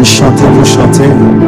nous chanter, vous chanter.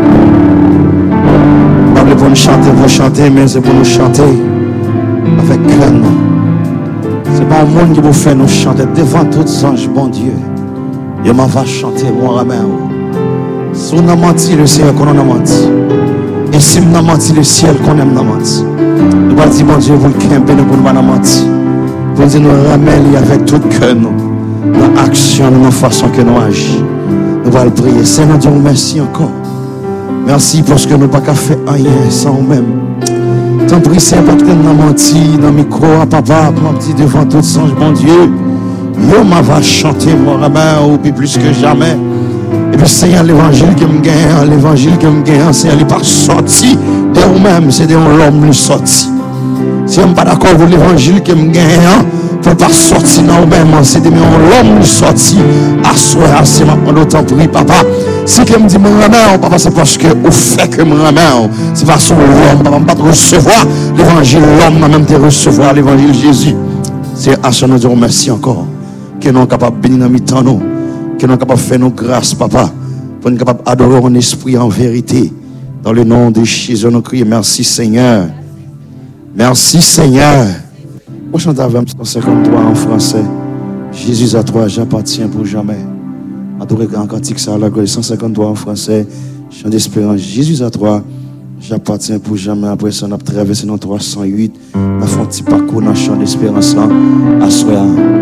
Pas pour nous chanter, vous chanter, mais c'est pour nous chanter avec cœur. C'est pas un monde qui vous fait nous chanter devant tous les anges, bon Dieu. Et m'en va chanter, mon ramène. Si on a menti, le ciel qu'on a menti. Et si on a menti, le ciel qu'on aime menti. Nous allons dire, bon Dieu, vous le campez, nous ne pas mentir. Vous dire, nous ramènons avec tout cœur, nous. Dans l'action, dans la façon que nous agissons. Nous allons prier. Seigneur Dieu, merci encore. Merci parce que nous n'avons pas fait rien sans nous-mêmes. Tant pis, c'est important de mentir dans le micro à papa, pour me dire devant tout sang, bon Dieu. Yo m'a va chanter mon rabbin au plus que jamais. Et puis Seigneur, l'évangile que me gagne, l'évangile que me gagne, Seigneur, il n'est pas sorti de vous-même, c'est de l'homme qui sorti. Si on n'est pas d'accord avec l'évangile que me gagne, il ne peut pas sortir dans vous-même, c'est de l'homme qui sorti. À soi, c'est maintenant d'autant pris, papa. Si je me dis mon rabbin, papa, c'est parce que au fait que mon rabbin, c'est parce que l'homme, papa, ne pas recevoir l'évangile, l'homme n'a même pas recevoir l'évangile Jésus. C'est à ce nous disons merci encore. Que nous sommes capables de bénir dans mi-temps, nous. Que nous sommes capables de faire nos grâces, papa. Pour nous capables d'adorer mon esprit en vérité. Dans le nom de Jésus, nous crions merci Seigneur. Merci Seigneur. On chante avec 153 en français. Jésus à toi, j'appartiens pour jamais. Adorez en cantique ça à la gloire. 153 en français. Chant d'espérance. Jésus à toi, j'appartiens pour jamais. Après ça, on a traversé dans 308. On a fait un petit parcours dans le chant d'espérance là. À soi.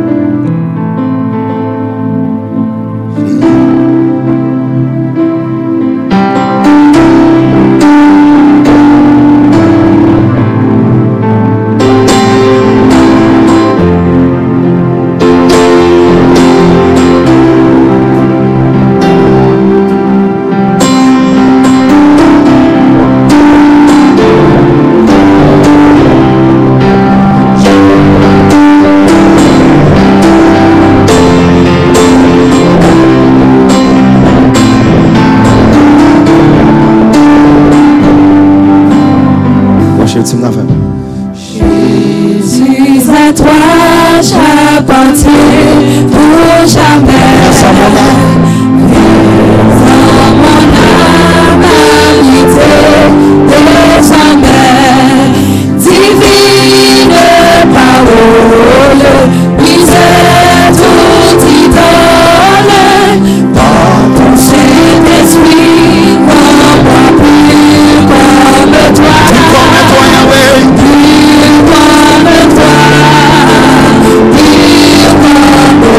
Jésus à toi j'appartiens pour jamais. Dans mon âme habitée désormais, divine parole, misère tout idole, par ton Saint-Esprit, rends-moi plus comme toi. Plus comme toi, plus comme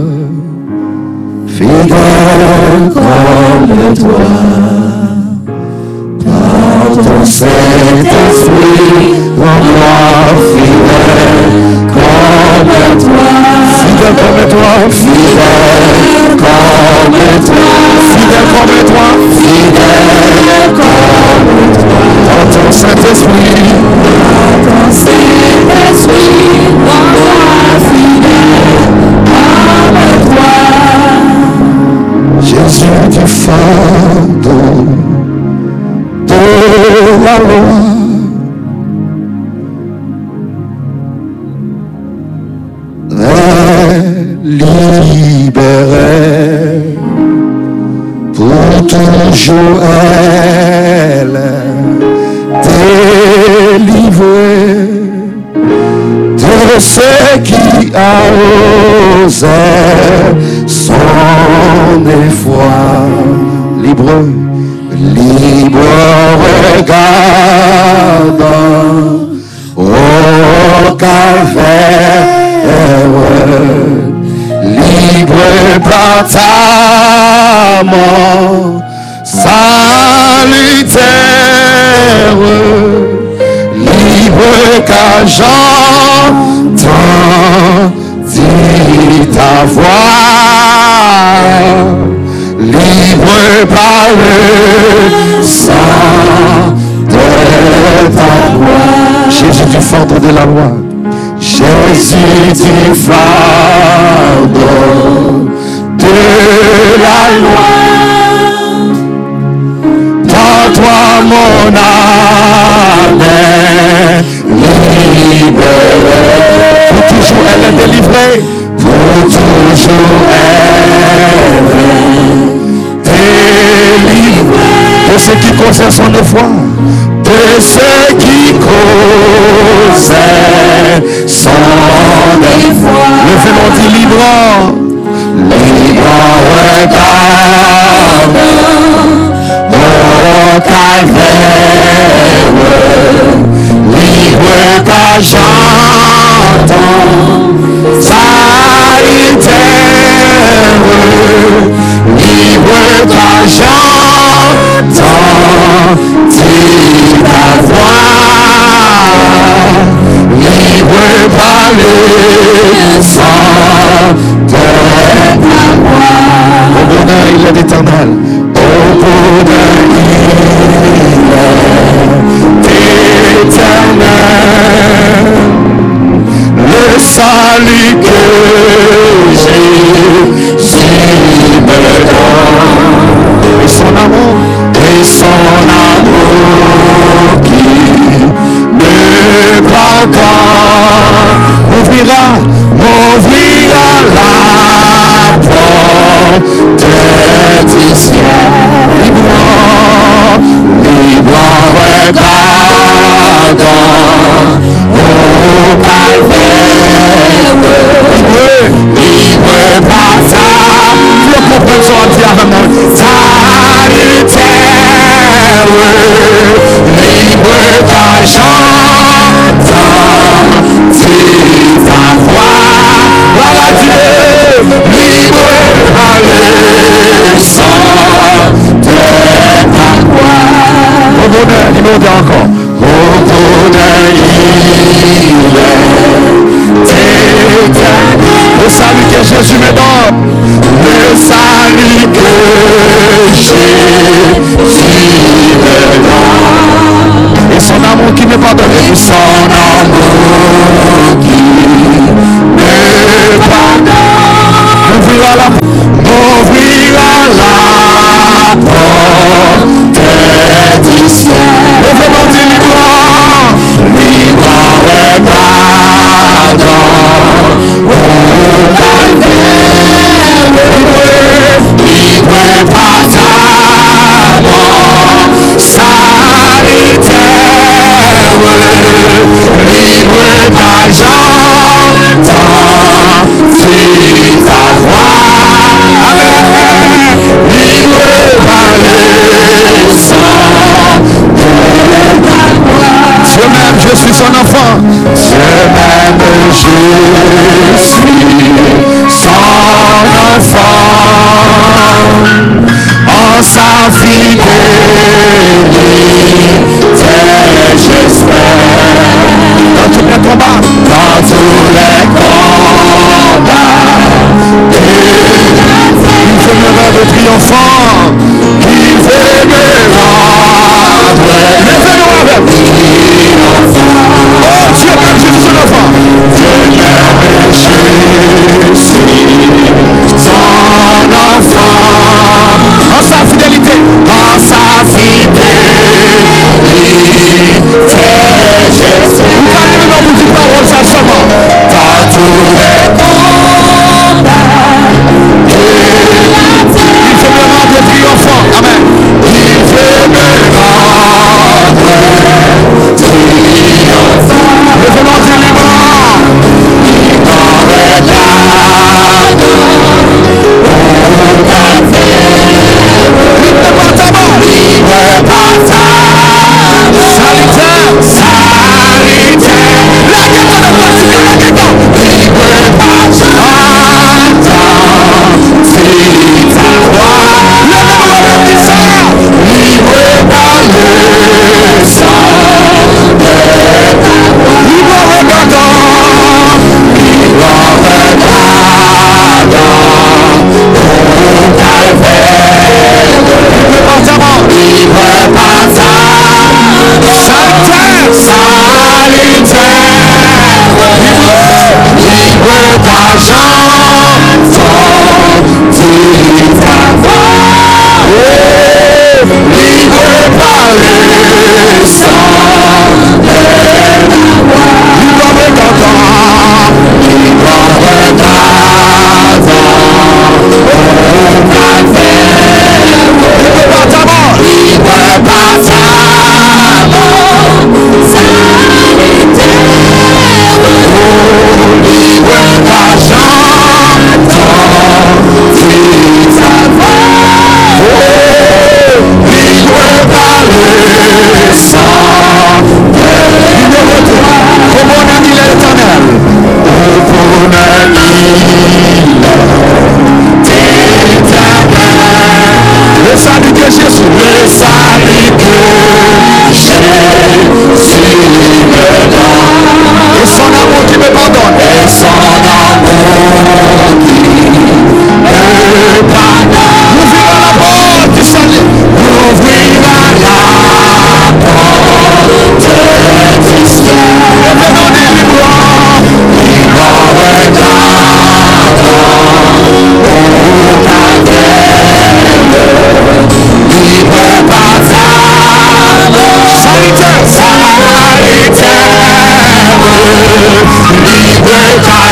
fidèle comme toi. Par ton Saint-Esprit, rends-moi fidèle comme toi. Fidèle comme toi, fidèle comme toi. Fidèle comme toi, fidèle comme toi. Par ton Saint-Esprit, rends-moi fidèle comme toi. Jésus du fardeau de la loi, libéré pour toujours, elle délivrée de ceux qui a osé son effroi. Libre, libre regarde au calvaire, libre par ta mort salutaire, libre car j'entends ta voix, libre par le sang de ta voix. Jésus du fardeau de la loi, Jésus du fardeau de la loi, par toi mon âme est libérée, pour toujours elle est délivrée, pour toujours elle est délivrée, de ce qui concerne son foi, de ce qui concerne son effroi. Levez-nous dit libre, libre regarde au calvaire, libre car j'entends salutaire, libre car j'entends ta voix, libre par le sang de ta voix. Au bonheur il est éternel, au bonheur il est éternel, le salut que Jésus me donne, et son amour, et son amour qui me pardonne, m'ouvrira la porte du ciel. Libre, libre regardant au calvaire, libre par ça, le comprenons entièrement, salutaire, libre par j'entends ta voix, voilà Dieu, libre par le sang de ta voix. Au bonheur, il me dit encore, au bonheur il est éternel, le salut que Jésus me donne, le salut que Jésus me donne, et son amour qui me pardonne, et son amour qui me pardonne, m'ouvrira la porte du ciel. Levez-moi dit libre, libre regardant au calvaire, libre par ta mort salutaire, libre par j'entends ta voix, libre par le sang ta voix. Libre par le sang de toi. Au bon ami l'Éternel. Au bon ami l'Éternel. Le salut que Jésus. Le salut que Jésus me donne. Et son amour qui me pardonne. Et son amour qui me pardonne. Ouvrira la porte du salut. Ouvrira la porte du ciel. Et me donner libre. Libre regardant au libre baptême, salutaire, libre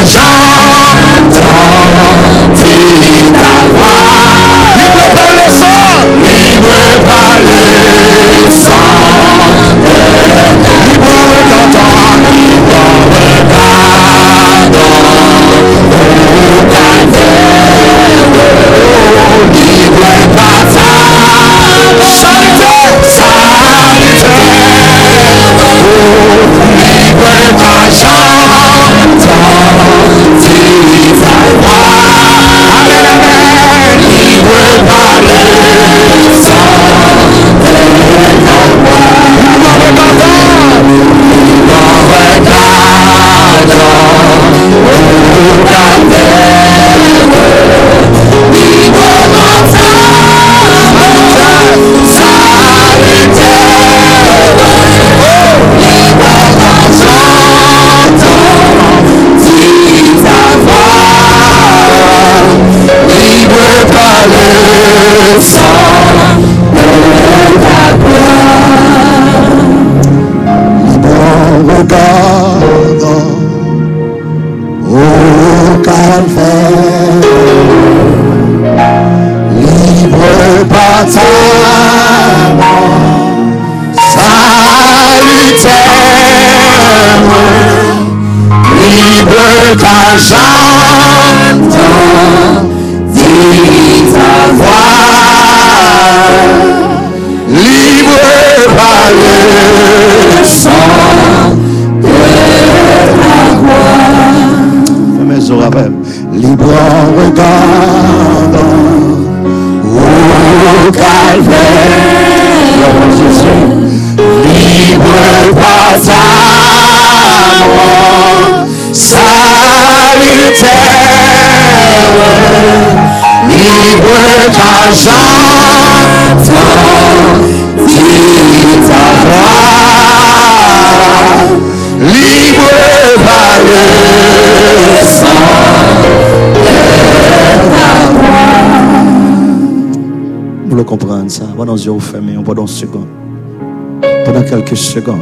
Comprendre ça. On va dans les yeux fermés, on va dans une seconde. Pendant quelques secondes.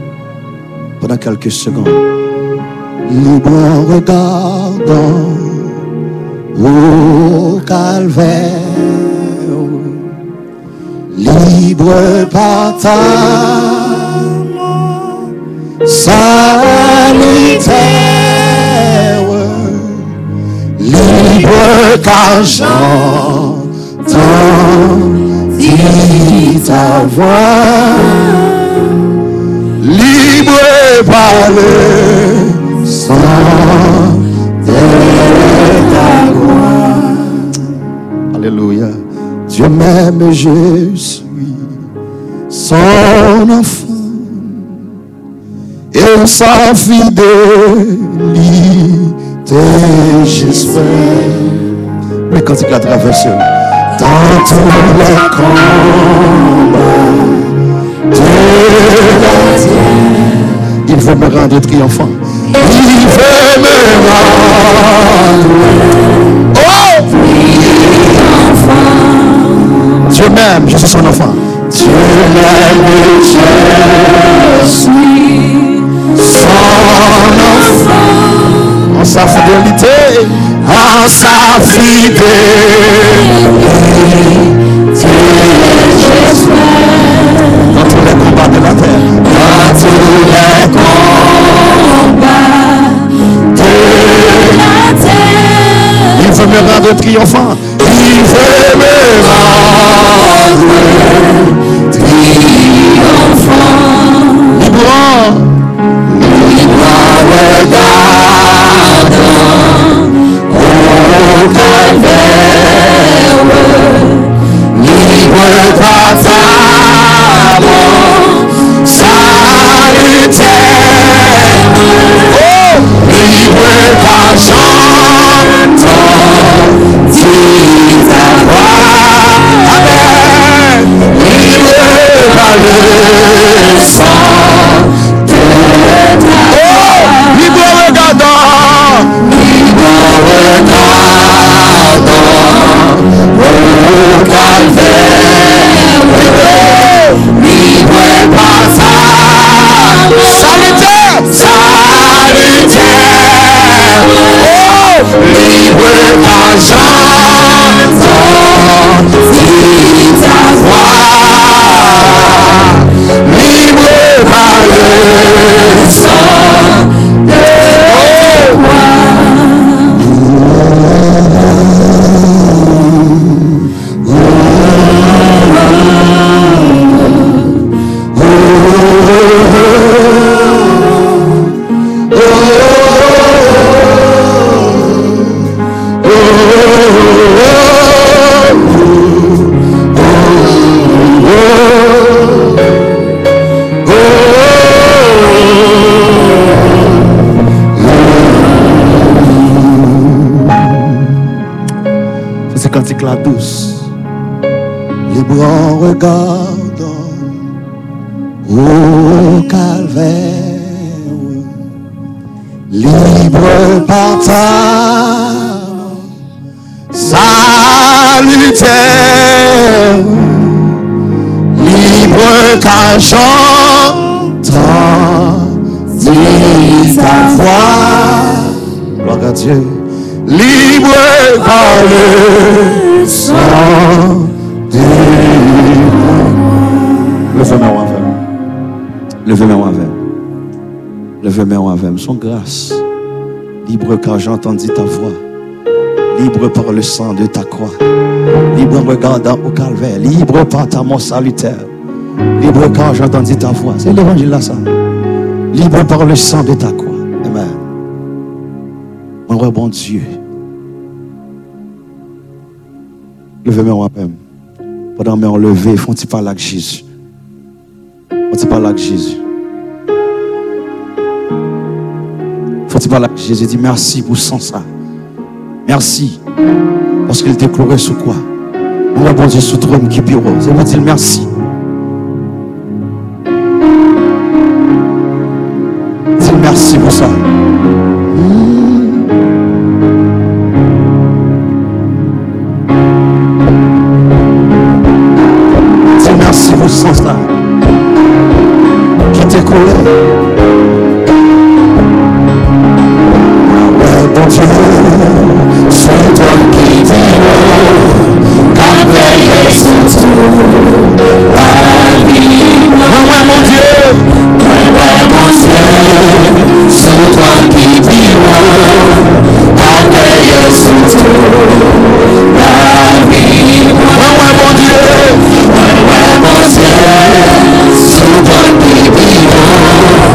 Pendant quelques secondes. Libre en regardant au calvaire. Libre par ta salutaire. Libre car j'entends ta voix, libre par le sang de ta gloire. Alléluia. Dieu m'aime, je suis son enfant et sa fidélité j'espère. Mais quand il a traversé dans tous les combats de la terre, il veut me rendre triomphant. Il veut me rendre triomphant. Dieu m'aime, je suis son enfant. Dieu m'aime, je suis son enfant. En sa fidélité, en sa fidélité, dans tous les combats de la terre, dans tous les combats de la terre, il veut me rendre triomphant. livré mes la douce, libre en regardant au calvaire, libre par ta salutaire, libre qu'en chantant dit ta voix, gloire à Dieu, libre par le sang de levez-moi avec. Levez-moi avec. Levez-moi avec. Son grâce. Libre car j'ai entendu ta voix. Libre par le sang de ta croix. Libre en regardant au calvaire. Libre par ta mort salutaire. Libre car j'ai entendu ta voix. C'est l'évangile là ça. Libre par le sang de ta croix. Amen. Mon roi bon Dieu. Levez-moi avec. Pendant que je levé, font-ils parler avec Jésus. Font-ils parler avec Jésus. Faut-il parler avec Jésus, dit merci pour son ça. Merci. Parce qu'il était cloué sous quoi? On va bon Dieu sous trône qui pire. C'est pour dire merci. Dis merci pour ça. Dis merci pour son ça. Qui t'est collé. Bon Dieu, c'est toi qui vis, car veille sur tout la vie. Ouais, mon Dieu, c'est toi qui vis, car veille sur tout la vie. Ouais, mon Dieu, c'est toi qui vis.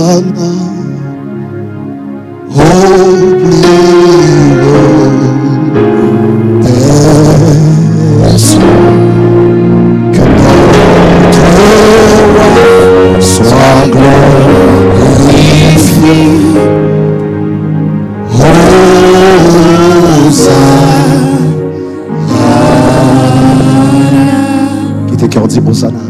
Hosanna, que notre roi soit glorifié. Hosanna. Qui était cœur dit Hosanna?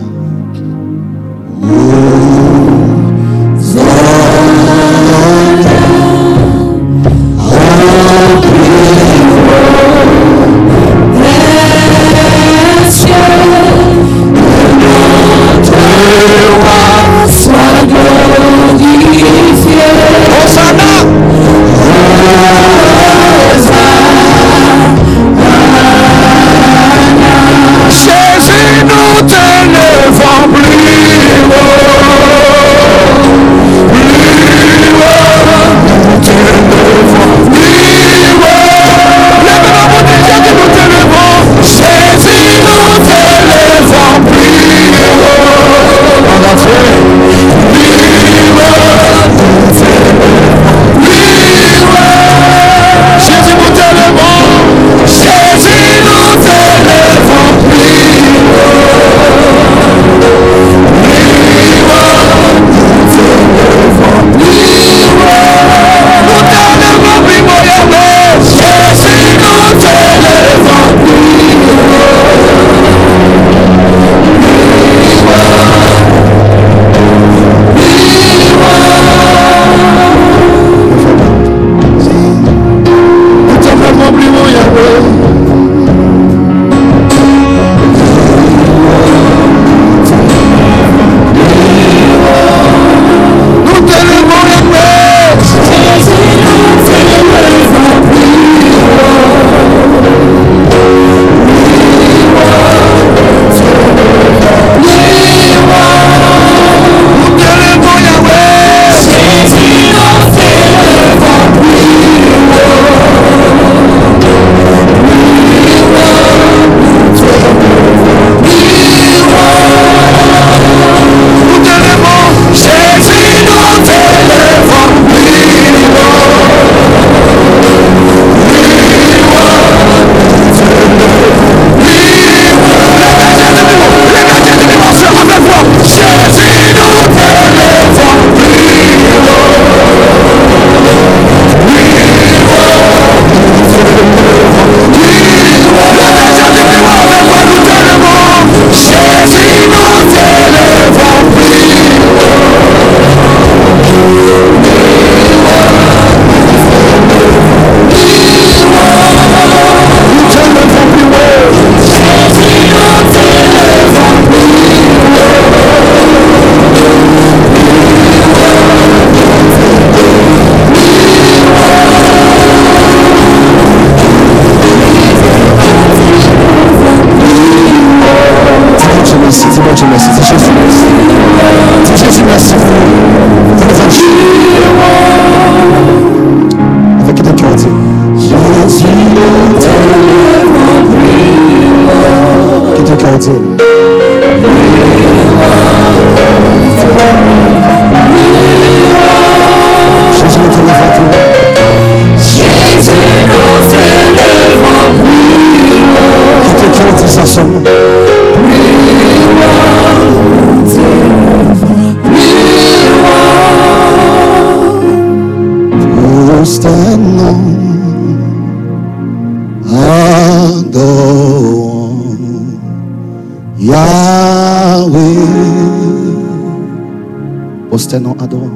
Prosternons, adorons.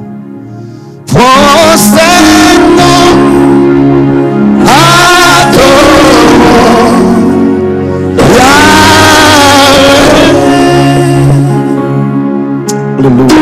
Prosternons, adorons. Alléluia.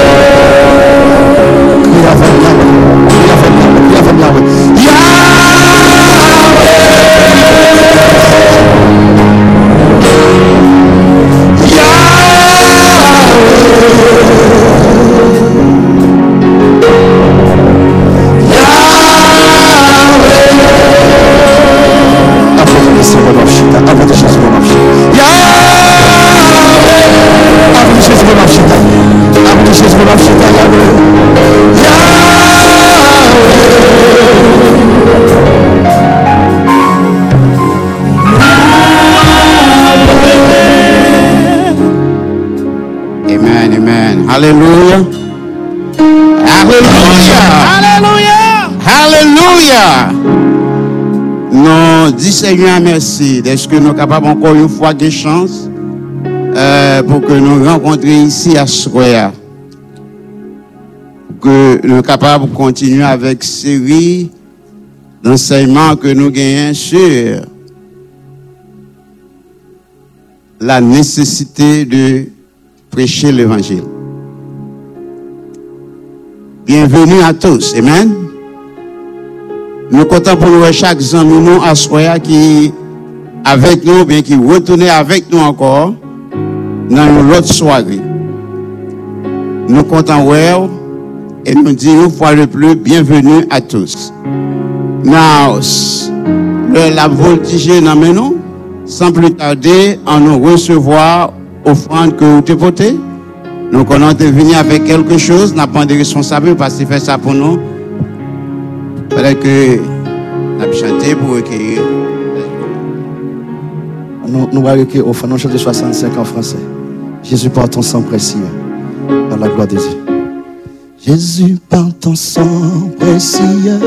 Yahweh. nous disons Seigneur merci. Est-ce que nous sommes capables encore une fois de chance pour que nous rencontrions ici à Soya? Que nous sommes capables de continuer avec série d'enseignements que nous gagnons sur la nécessité de prêcher l'évangile. Bienvenue à tous. Amen. Nous comptons pour nous chaque ami nous à Soya qui avec nous, bien qui retourne avec nous encore dans une autre soirée. Nous comptons well et nous disons une fois de plus bienvenue à tous. Now, la voltige dans nous, sans plus tarder, en nous recevoir offrande que vous te portez. Nous allons venir avec quelque chose, n'a pas de responsable parce qu'il fait ça pour nous. Peut-être que nous allons chanter pour recueillir. Nous allons recueillir offrande, nous chanter 65 en français. Jésus par ton sang précieux, par la gloire de Dieu. Jésus par ton sang précieux,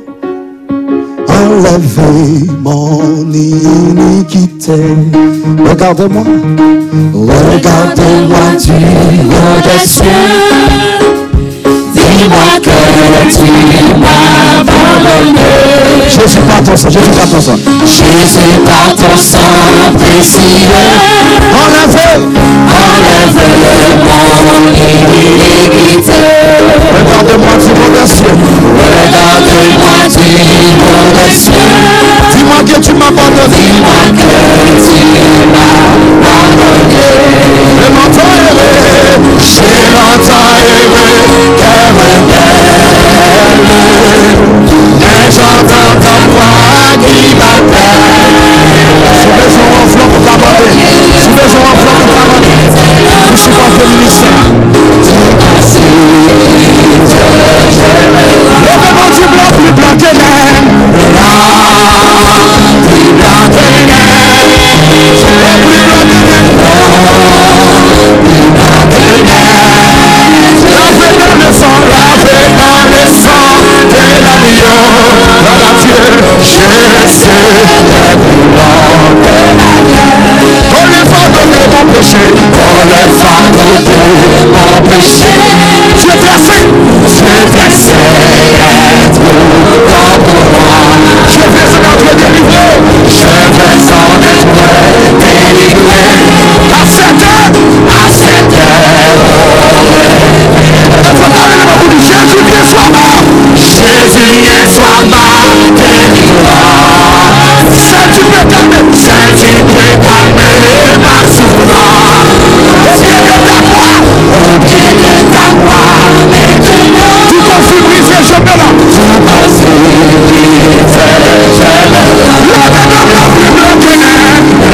enlevez mon iniquité. Regarde-moi, Regarde-moi du haut des cieux, dis-moi que tu m'as pardonné. Jésus par ton sang, Jésus par ton sang. Jésus par ton sang précieux, Enlevez mon iniquité. Regarde-moi du haut des cieux. Regarde-moi du haut des cieux, Dis-moi que tu m'as pardonné. dis-moi que tu m'as pardonné. Je m'entends aimer. J'ai longtemps aimé comme un belle, mais j'entends ta voix qui m'appelle. Si besoin en flanc pour t'abandonner. Si besoin en flanc pour t'abandonner. Je suis pas féministe. Lève-moi du blanc plus blanc que l'air. Plus blanc que neige, Plus blanc que l'air. Lavé dans le sang, lavé dans le sang de l'agneau. Voilà Dieu, je sais. Pour les pardonner mon péché. pour le fardeau de mon péché. Tu es placé. Je blessé être dans ton roi. Je vais en être délivré. Je vais en être délivré. À cette heure. À cette heure, Il faut parler de ma bouche. Jésus vient soit mort. Jésus est soit ma délivrance. C'est tu peux calmer. C'est tu peux calmer ma souffrance. Au pied de ta croix. Au pied de ta croix, maintenant, Tu confirmes brisé, je me là. tout possible, Lavé dans le plus blanc que l'air. plus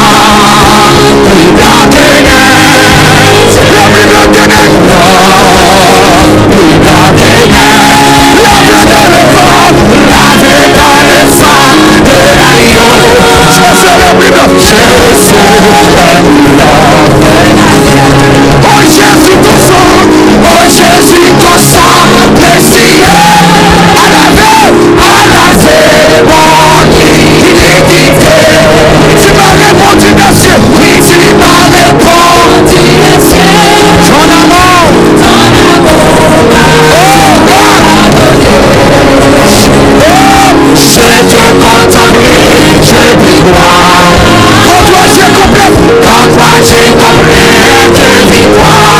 blanc que neige, Le plus blanc que l'air. plus blanc que neige. Lavé dans le sang. Lavé dans le sang de l'agneau, Je suis le plus blanc. je suis le Oh Jésus ton sang. Oh Jésus, ton sang précieux, À laver. a lavé mon iniquité. Tu m'as répondu des cieux. Oui, tu m'as répondu des cieux, Ton amour. ton amour m'a pardonné. Je te contemplerai, je vis gloire. Quand toi j'ai compris. Quand toi j'ai compris, je vis gloire.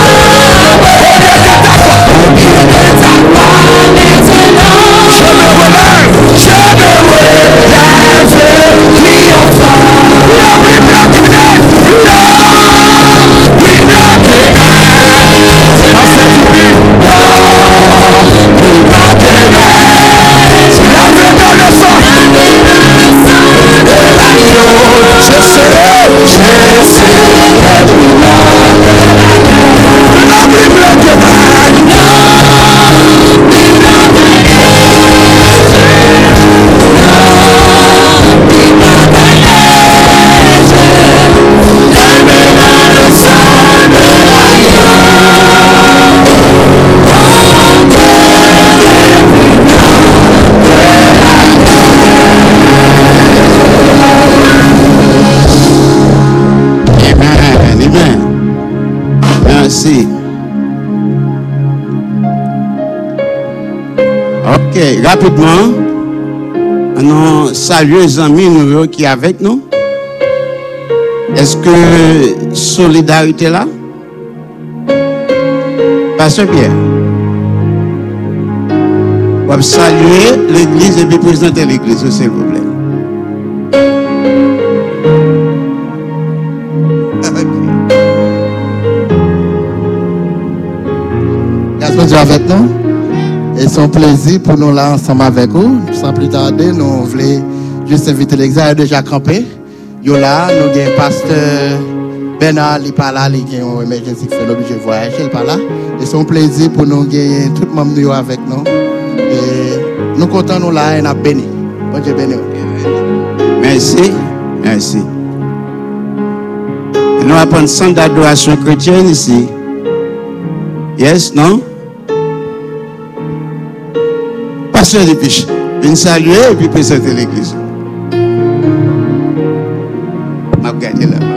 Au milieu de ta croix, maintenant, Je me relève. je me relève, triomphant. Le plus blanc que l'air. Plus blanc que neige, À cette nuit. plus blanc que neige. Lavé dans le sang. De l'agneau, Ok, rapidement, nous saluons les amis nous qui sont avec nous. Est-ce que solidarité là? Pasteur Pierre. On va saluer l'église et puis présenter l'église, s'il vous plaît. Grâce Dieu avec nous. Et c'est un plaisir pour nous là ensemble avec vous. Sans plus tarder, nous voulons juste inviter l'église à déjà camper. Yo là, nous avons un pasteur Bernard, il est pas là, il a une émergence qui fait l'objet de voyager, il n'est pas là. Et c'est un plaisir pour nous gagner tout le monde avec nous. Et nous comptons nous là et nous bénis. Bon Dieu béni. Merci, merci. Nous avons un centre d'adoration chrétienne ici. Yes, non? Pasteur Dupiche, venez saluer et puis présenter l'église. Je vais regarder là.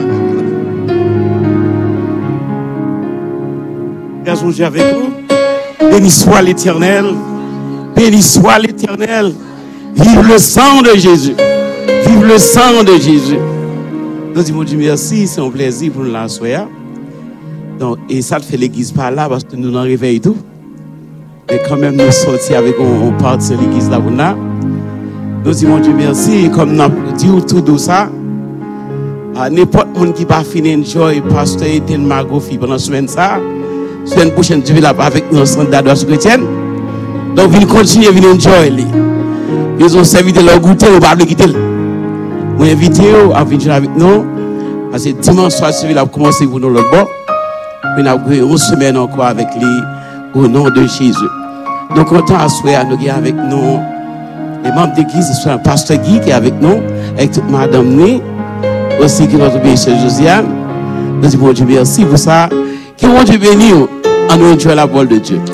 Gardons Dieu avec nous. Béni soit l'Éternel. Béni soit l'Éternel. Vive le sang de Jésus. Vive le sang de Jésus. Nous disons Dieu merci, c'est un plaisir pour nous la soirée. Donc, et ça te fait l'église par là parce que nous nous réveillons tout. Mais quand même, nous sortis avec on part de l'église là où nous. Nous disons Dieu merci, comme nous avons dit tout de ça. N'importe qui qui va finir enjoy pasteur Etienne Margofi pendant la semaine ça. Semaine prochaine, tu vas avec nous au centre d'adoration chrétienne. Donc, venez continuer, venez enjoy. Ils ont servi de leur goûter, on ne va pas quitter. Vous invitez à venir avec nous. Parce que dimanche soir, si vous avez commencé pour nous l'autre bord. Nous avons une semaine encore avec lui au nom de Jésus. Nous comptons à soir, nous avons avec nous les membres d'église, c'est un pasteur Guy qui est avec nous, avec toute madame Nui, aussi qui est notre belle Josiane. Nous disons Dieu merci pour ça. Qui vont Dieu bénir en nous enjoyant la parole de Dieu.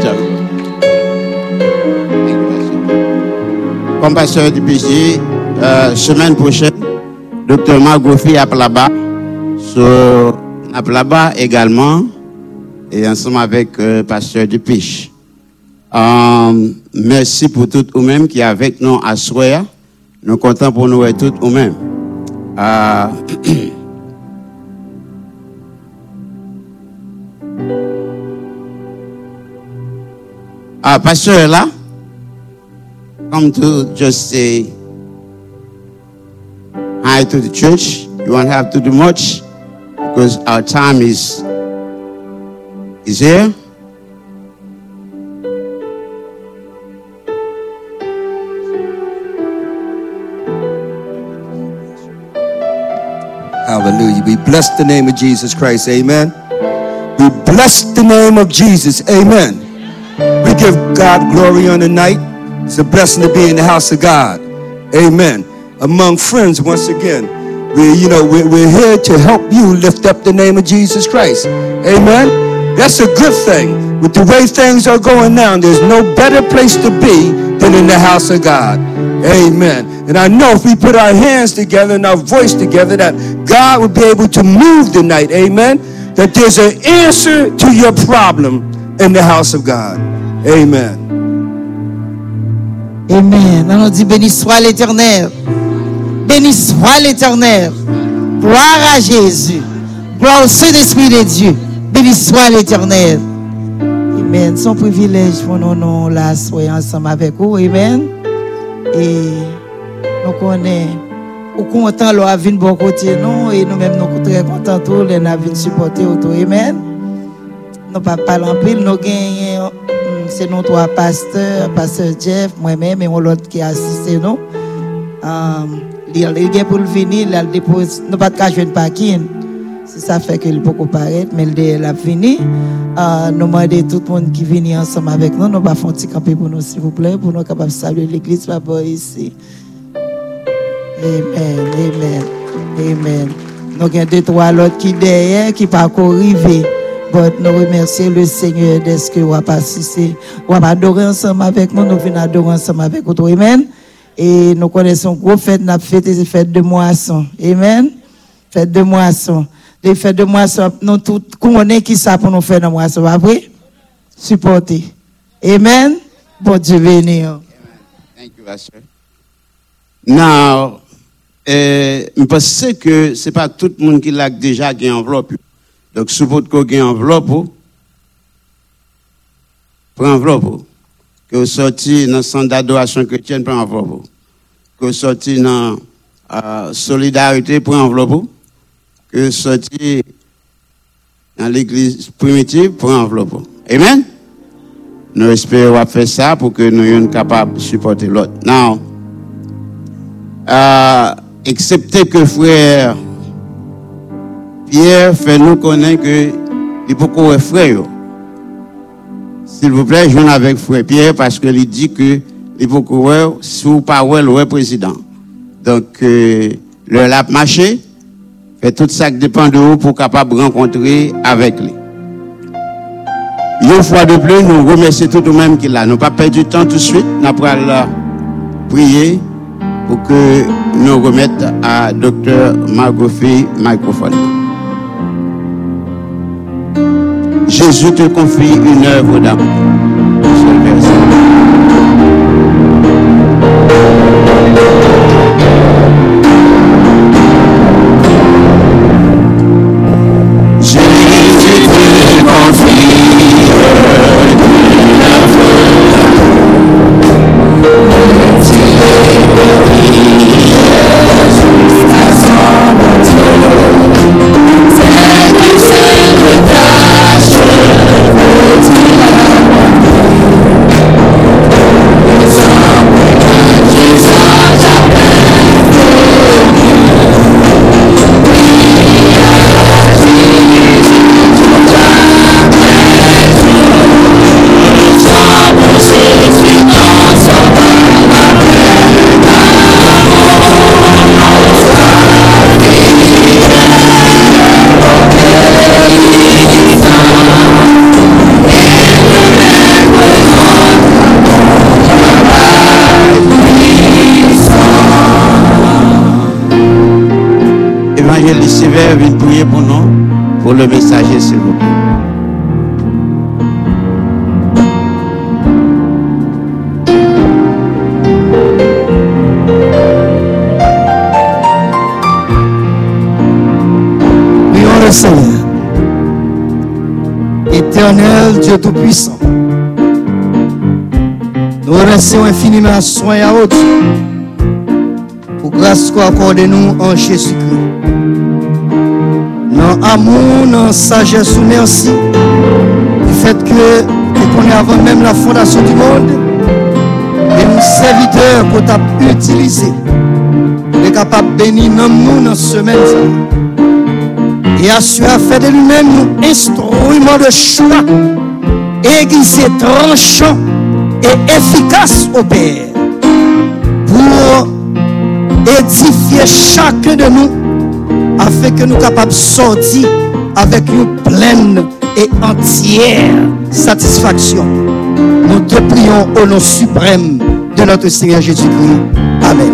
Comme pasteur du PG, semaine prochaine, Dr. Margofi à là-bas, là-bas également, et ensemble avec pasteur du Piche. Merci pour tous vous-mêmes qui sont avec nous à soir. Nous sommes contents pour nous et tous vous-mêmes. Pasteur là, come to just say hi to the church. You won't have to do much because our time is here. Hallelujah. We bless the name of Jesus Christ. Amen. We bless the name of Jesus. Amen. We give God glory on the night. It's a blessing to be in the house of God. Amen. Among friends, once again, we're here to help you lift up the name of Jesus Christ. Amen. That's a good thing. With the way things are going now, there's no better place to be than in the house of God. Amen. And I know if we put our hands together and our voice together, that God will be able to move tonight. Amen. That there's an answer to your problem in the house of God. Amen. Amen. On dit béni soit l'Éternel. Béni soit l'Éternel. Gloire à Jésus. Gloire au Saint-Esprit de Dieu. Béni soit l'Éternel. Amen. C'est un privilège pour nous là soyons ensemble avec vous. Amen. Et nous connaissons au content là venir bon côté nous et nous même nous très contents tout les n'a venir supporter autour. Amen. Nous pas parler en pile, nous gagnons c'est nous trois pasteurs, pasteur Jeff, moi-même et l'autre qui assiste nous. Il est pour venir, il dépose, nous pas de jouer parking. C'est ça fait qu'il peut paraître, mais il a fini. Nous demandons tout le monde qui vient ensemble avec nous, nous pas faire un petit camper pour nous s'il vous plaît, pour nous capables de saluer l'église papa ici. Amen, amen, amen. Nous avons deux trois l'autre qui derrière qui pas encore arrivé. Nous remercions le Seigneur de ce que vous avez assisté. Vous avez adoré ensemble avec nous, nous venons adorer ensemble avec vous. Amen. Et nous connaissons gros fête, nous avons fêté les fêtes de moisson. Amen. Fête de moisson. Les fêtes de moisson, nous tous connaissons qui ça pour nous faire de moisson. Après, supporter. Amen. Bon Dieu béni. Thank you, Pastor. Now, je pense que ce n'est pas tout le monde qui l'a déjà gagné enveloppe. Donc, si vous avez enveloppe, prends enveloppe. Que vous sortez dans le centre d'adoration chrétienne, prends enveloppe. Que vous sortez dans solidarité, prends enveloppe. Que vous sortez dans l'église primitive, prends enveloppe. Amen? Nous espérons faire ça pour que nous soyons capables de supporter l'autre. Now, excepté que frère Pierre fait nous connaître que il faut qu'on frère. S'il vous plaît, je viens avec frère Pierre parce que il dit que il faut qu'on sous parole le président. Donc le l'a marché fait tout ça qui dépend de vous pour capable rencontrer avec lui. Une fois de plus, nous remercions tout le monde qui l'a. Nous pas perdu du temps tout de suite. Nous allons prier pour que nous remettions à Dr. Margofi microphone. Jésus te confie une œuvre d'amour. Évangéliste Sévère vient prier pour nous, pour le messager, s'il vous plaît. Prions le Seigneur. Éternel Dieu Tout-Puissant, nous remercions infiniment soin à haute pour grâce qu'on accorde nous en Jésus-Christ. Dans amour, dans sagesse, merci du fait que qu'on est avant même la fondation du monde, et nous serviteurs qu'on t'a utilisé, nous capables de bénir nous dans ce semaine et assurer à faire de lui-même nous instruments de choix, aiguisés, tranchants et efficaces au Père pour édifier chacun de nous afin que nous soyons capables de sortir avec une pleine et entière satisfaction. Nous te prions au nom suprême de notre Seigneur Jésus-Christ. Amen.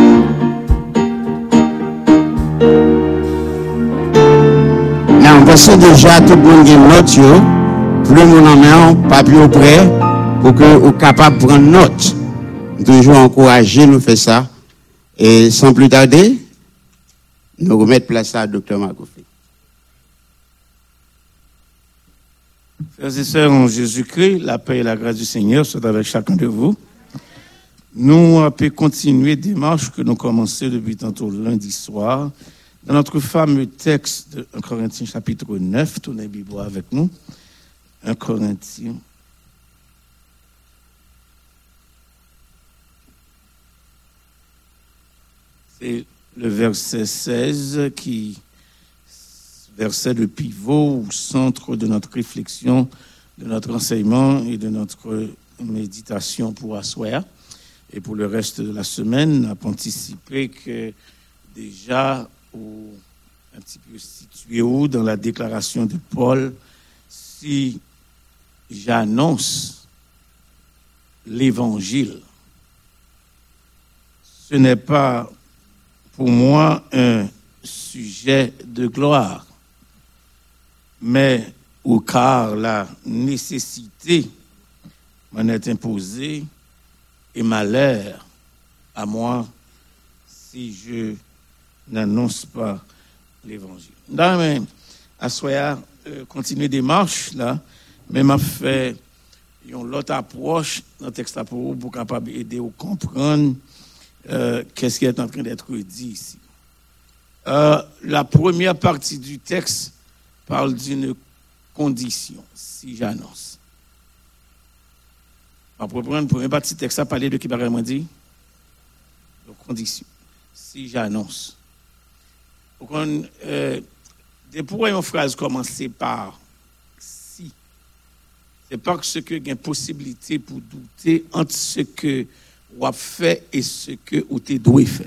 On pense déjà tout le monde qui note, tout le monde en met un papier prêt pour que vous soyez capable de prendre note. Toujours encourager nous faire ça. Et sans plus tarder, nous remettons place à Dr. Margofi. Frères et sœurs en Jésus-Christ, la paix et la grâce du Seigneur soient avec chacun de vous. Nous allons continuer la démarche que nous commençons depuis tantôt lundi soir dans notre fameux texte de 1 Corinthiens chapitre 9. Tournez la Bible avec nous. 1 Corinthiens. C'est le verset 16 qui verset de pivot au centre de notre réflexion, de notre enseignement et de notre méditation pour asseoir. Et pour le reste de la semaine, on a anticipé que déjà, un petit peu situé où dans la déclaration de Paul, si j'annonce l'évangile, ce n'est pas pour moi un sujet de gloire, mais au car la nécessité m'en est imposé et malheur à moi si je n'annonce pas l'évangile. Dans mais à soya continuer démarche là, mais m'a fait une autre approche dans le texte pour capable aider à comprendre qu'est-ce qui est en train d'être dit ici. La première partie du texte parle d'une condition, si j'annonce. On peut prendre la première partie du texte, ça parler de qui paraît dit? De condition, si j'annonce. Pourquoi une phrase commence par si? C'est parce que il y a une possibilité pour douter entre ce que on a fait et ce que on doit faire.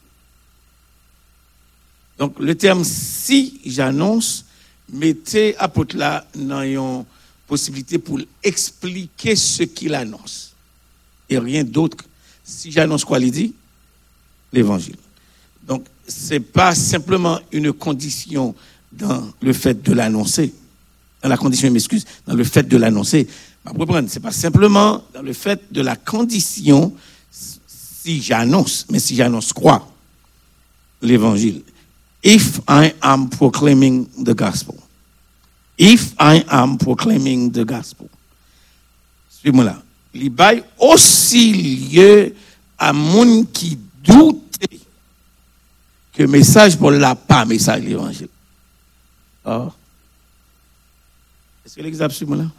Donc le terme si j'annonce mettez apôtre là dans une possibilité pour expliquer ce qu'il annonce et rien d'autre. Si j'annonce quoi il dit? L'évangile. Donc c'est pas simplement une condition dans le fait de l'annoncer. Dans la condition, m'excuse, dans le fait de l'annoncer. C'est pas simplement dans le fait de la condition si j'annonce, mais si j'annonce quoi? L'évangile. If I am proclaiming the gospel. If I am proclaiming the gospel. Suivez-moi là. Il bail aussi lieu à moun qui doute que message pour la pas message l'évangile. Oh. Est-ce que l'exemple suivant là?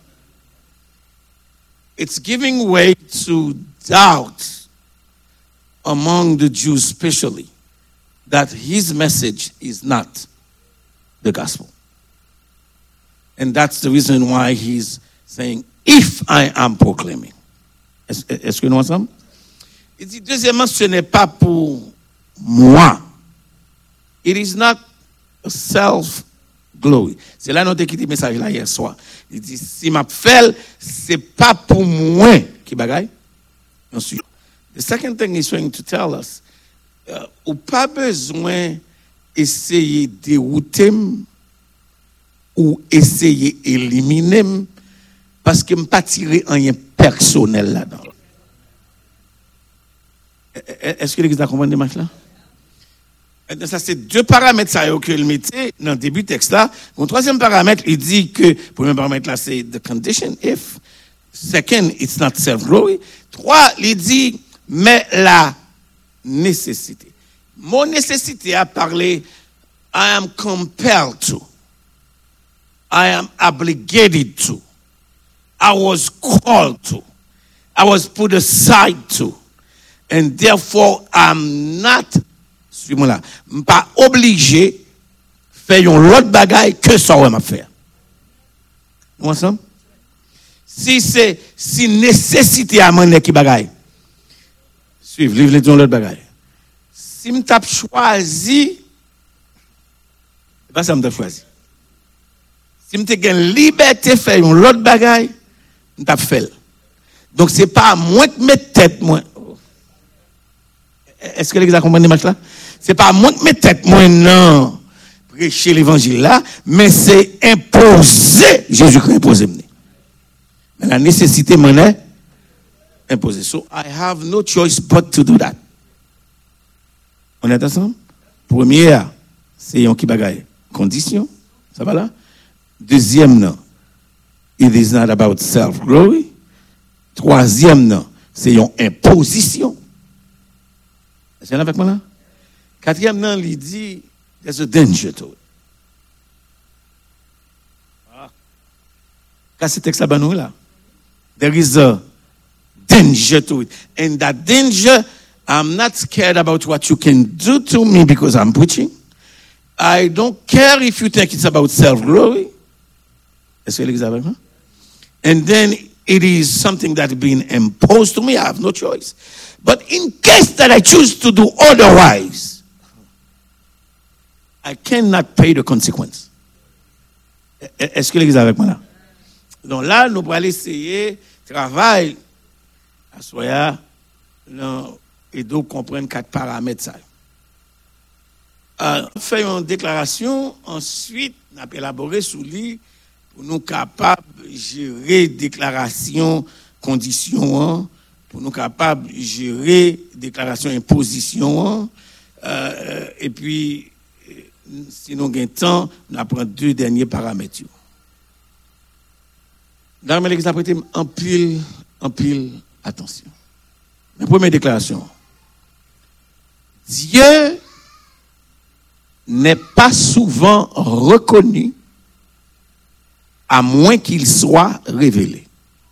It's giving way to doubt among the Jews especially that his message is not the gospel. And that's the reason why he's saying, if I am proclaiming. Est-ce que nous ensemble? Il dit, deuxièmement, ce n'est pas pour moi. It is not a self-glory. C'est là notre qui dit message là hier soir. Il dit, si m'a fait, c'est pas pour moi qui bagaille. Ensuite, the second thing he's trying to tell us, ou pas besoin essayer de dérouter ou essayer éliminer parce que me pas tirer rien personnel là-dedans. Est-ce que l'église a compris démarche là? Ça c'est deux paramètres ça que il mettait dans le début du texte là. Le troisième paramètre, il dit que le premier paramètre là c'est the condition if. Second, it's not self-glory. Trois, il dit mais la nécessité. Mon nécessité a parlé I am compelled to. I am obligated to. I was called to. I was put aside to. And therefore, I'm not, suis-moi là, pas obligé faire une autre bagaille que ça on m'a faire. Nous ensemble? Si nécessité à mon qui bagaille. Suivez, livre les l'autre bagaille. Si m't'a choisi, c'est pas ça m't'a choisi. Si m't'a gain liberté faire une autre bagaille, m't'a fait. Donc c'est pas à moi de mettre tête moi. Est-ce que les gars comprennent les matchs là? C'est pas à moi de mettre tête moi non prêcher l'évangile là, mais c'est imposé Jésus-Christ imposé me. Mais la nécessité m'en est imposée. So I have no choice but to do that. On est ensemble? Première, c'est un qui bagaille. Condition, ça va là? Deuxième, non. It is not about self-glory. Troisième, non. C'est une imposition. Est-ce que vous avec moi là? Quatrième, non, il dit, there's a danger to it. Quand ce texte là, là, there is a danger to it. And that danger, I'm not scared about what you can do to me because I'm preaching. I don't care if you think it's about self-glory. Est-ce que l'examen? And then it is something that has been imposed to me. I have no choice. But in case that I choose to do otherwise, I cannot pay the consequence. Est-ce que l'examen avec moi là? Donc là, nous allons essayer travail à soya et donc comprendre 4 paramètres ça. Fait une déclaration, ensuite on a élaboré sous lui pour nous capables de gérer déclaration conditions pour nous capables de gérer déclaration imposition et puis si nous avons temps, nous apprenons 2 derniers paramètres. Dans l'église, nous avons prêté en pile attention. La première déclaration. Dieu n'est pas souvent reconnu à moins qu'il soit révélé.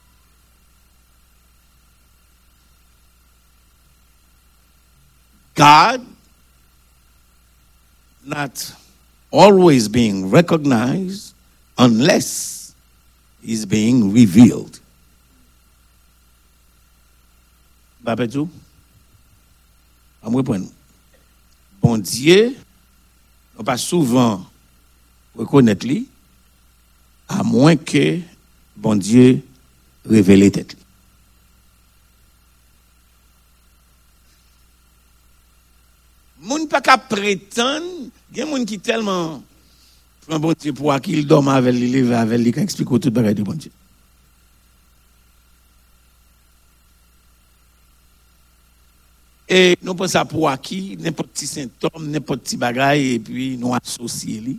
God not always being recognized unless he's being revealed. Babedou, on me répond. Bon Dieu, on pas souvent reconnaître lui, à moins que bon Dieu révèle tête. Moun pas qu'à prétendre, il y a moun qui tellement prend bon Dieu pour qu'il dorme avec lui, lever avec lui, qui explique tout bagage de bon Dieu. Et nous pensons à pour qui n'importe petit symptôme, n'importe petit bagage et puis nous associer lui.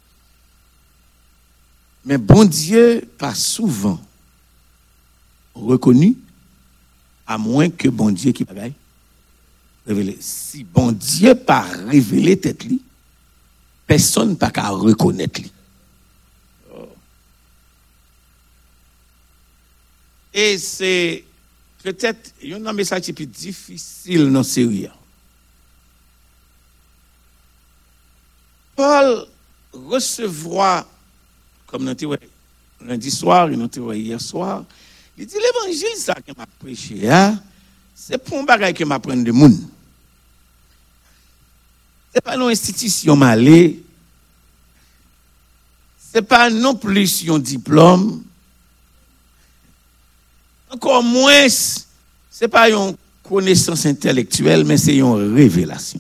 Mais bon Dieu pas souvent reconnu à moins que bon Dieu qui bagaille révélé. Si bon Dieu pas révélé tête lui, personne pas qu'à reconnaître lui. Et c'est peut-être un message qui est plus difficile dans Syrie. Paul recevra, comme nous avons lundi soir et nous avons hier soir, il dit l'évangile ça que m'a prêché, c'est pour un bagage que m'apprend de monde. C'est pas une institution malée. C'est pas non plus un diplôme. Encore moins, c'est pas une connaissance intellectuelle, mais c'est une révélation.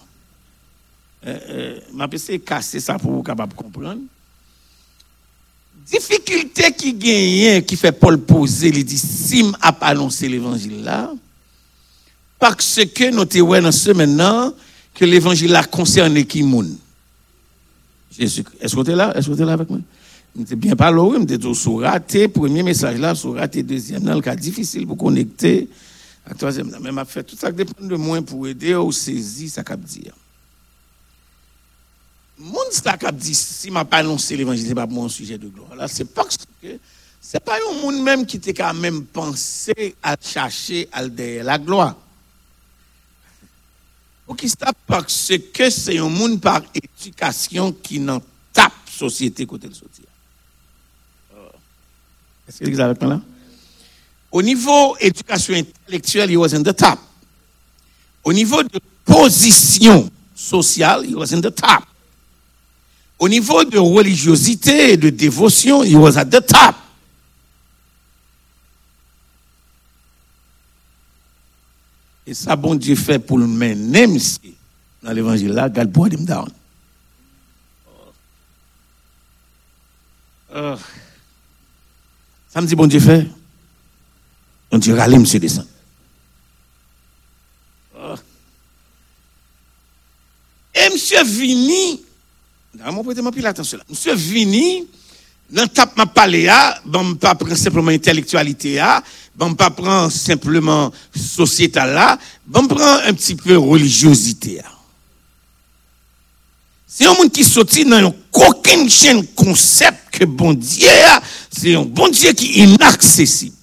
M'a essayé de casser ça pour vous capable comprendre. Difficulté qui gagne, qui fait Paul poser, il dit si m'a pas annoncé l'évangile là, parce que nous te voyons dans ce maintenant que l'évangile là concerne qui moun. Jésus, est-ce que tu es là? Est-ce que tu es là avec moi? Je bien parlé, je suis sur raté, premier message là, sur raté, deuxième là, le cas difficile pour connecter, à troisième là. Mais m'a fait tout ça qui dépend de moi pour aider ou saisir ça qu'a dire. Moun ça qu'a dit si m'a pas annoncé l'évangile, c'est pas mon sujet de gloire. Là, c'est parce que c'est pas un monde même qui était quand même pensé à chercher à derrière la gloire. Ou qui ça parce que c'est un monde par éducation qui n'en tape société côté de sortir. Est-ce que vous avez avec moi là? Au niveau éducation intellectuelle, he was in the top. Au niveau de position sociale, he was in the top. Au niveau de religiosité et de dévotion, he was at the top. Et ça, bon Dieu fait pour le mener dans l'évangile là, God brought him down. Ça me dit, bon Dieu fait. Bon Dieu râle, monsieur descend. Et monsieur Vini, mon prêtez-moi plus l'attention là. Monsieur Vini, dans tape ma parler bon pas prendre simplement intellectualité bon pas prendre simplement sociétal là, bon prend un petit peu religiosité C'est un monde qui sorti dans aucune chaîne concept que bon Dieu c'est un bon Dieu qui est inaccessible.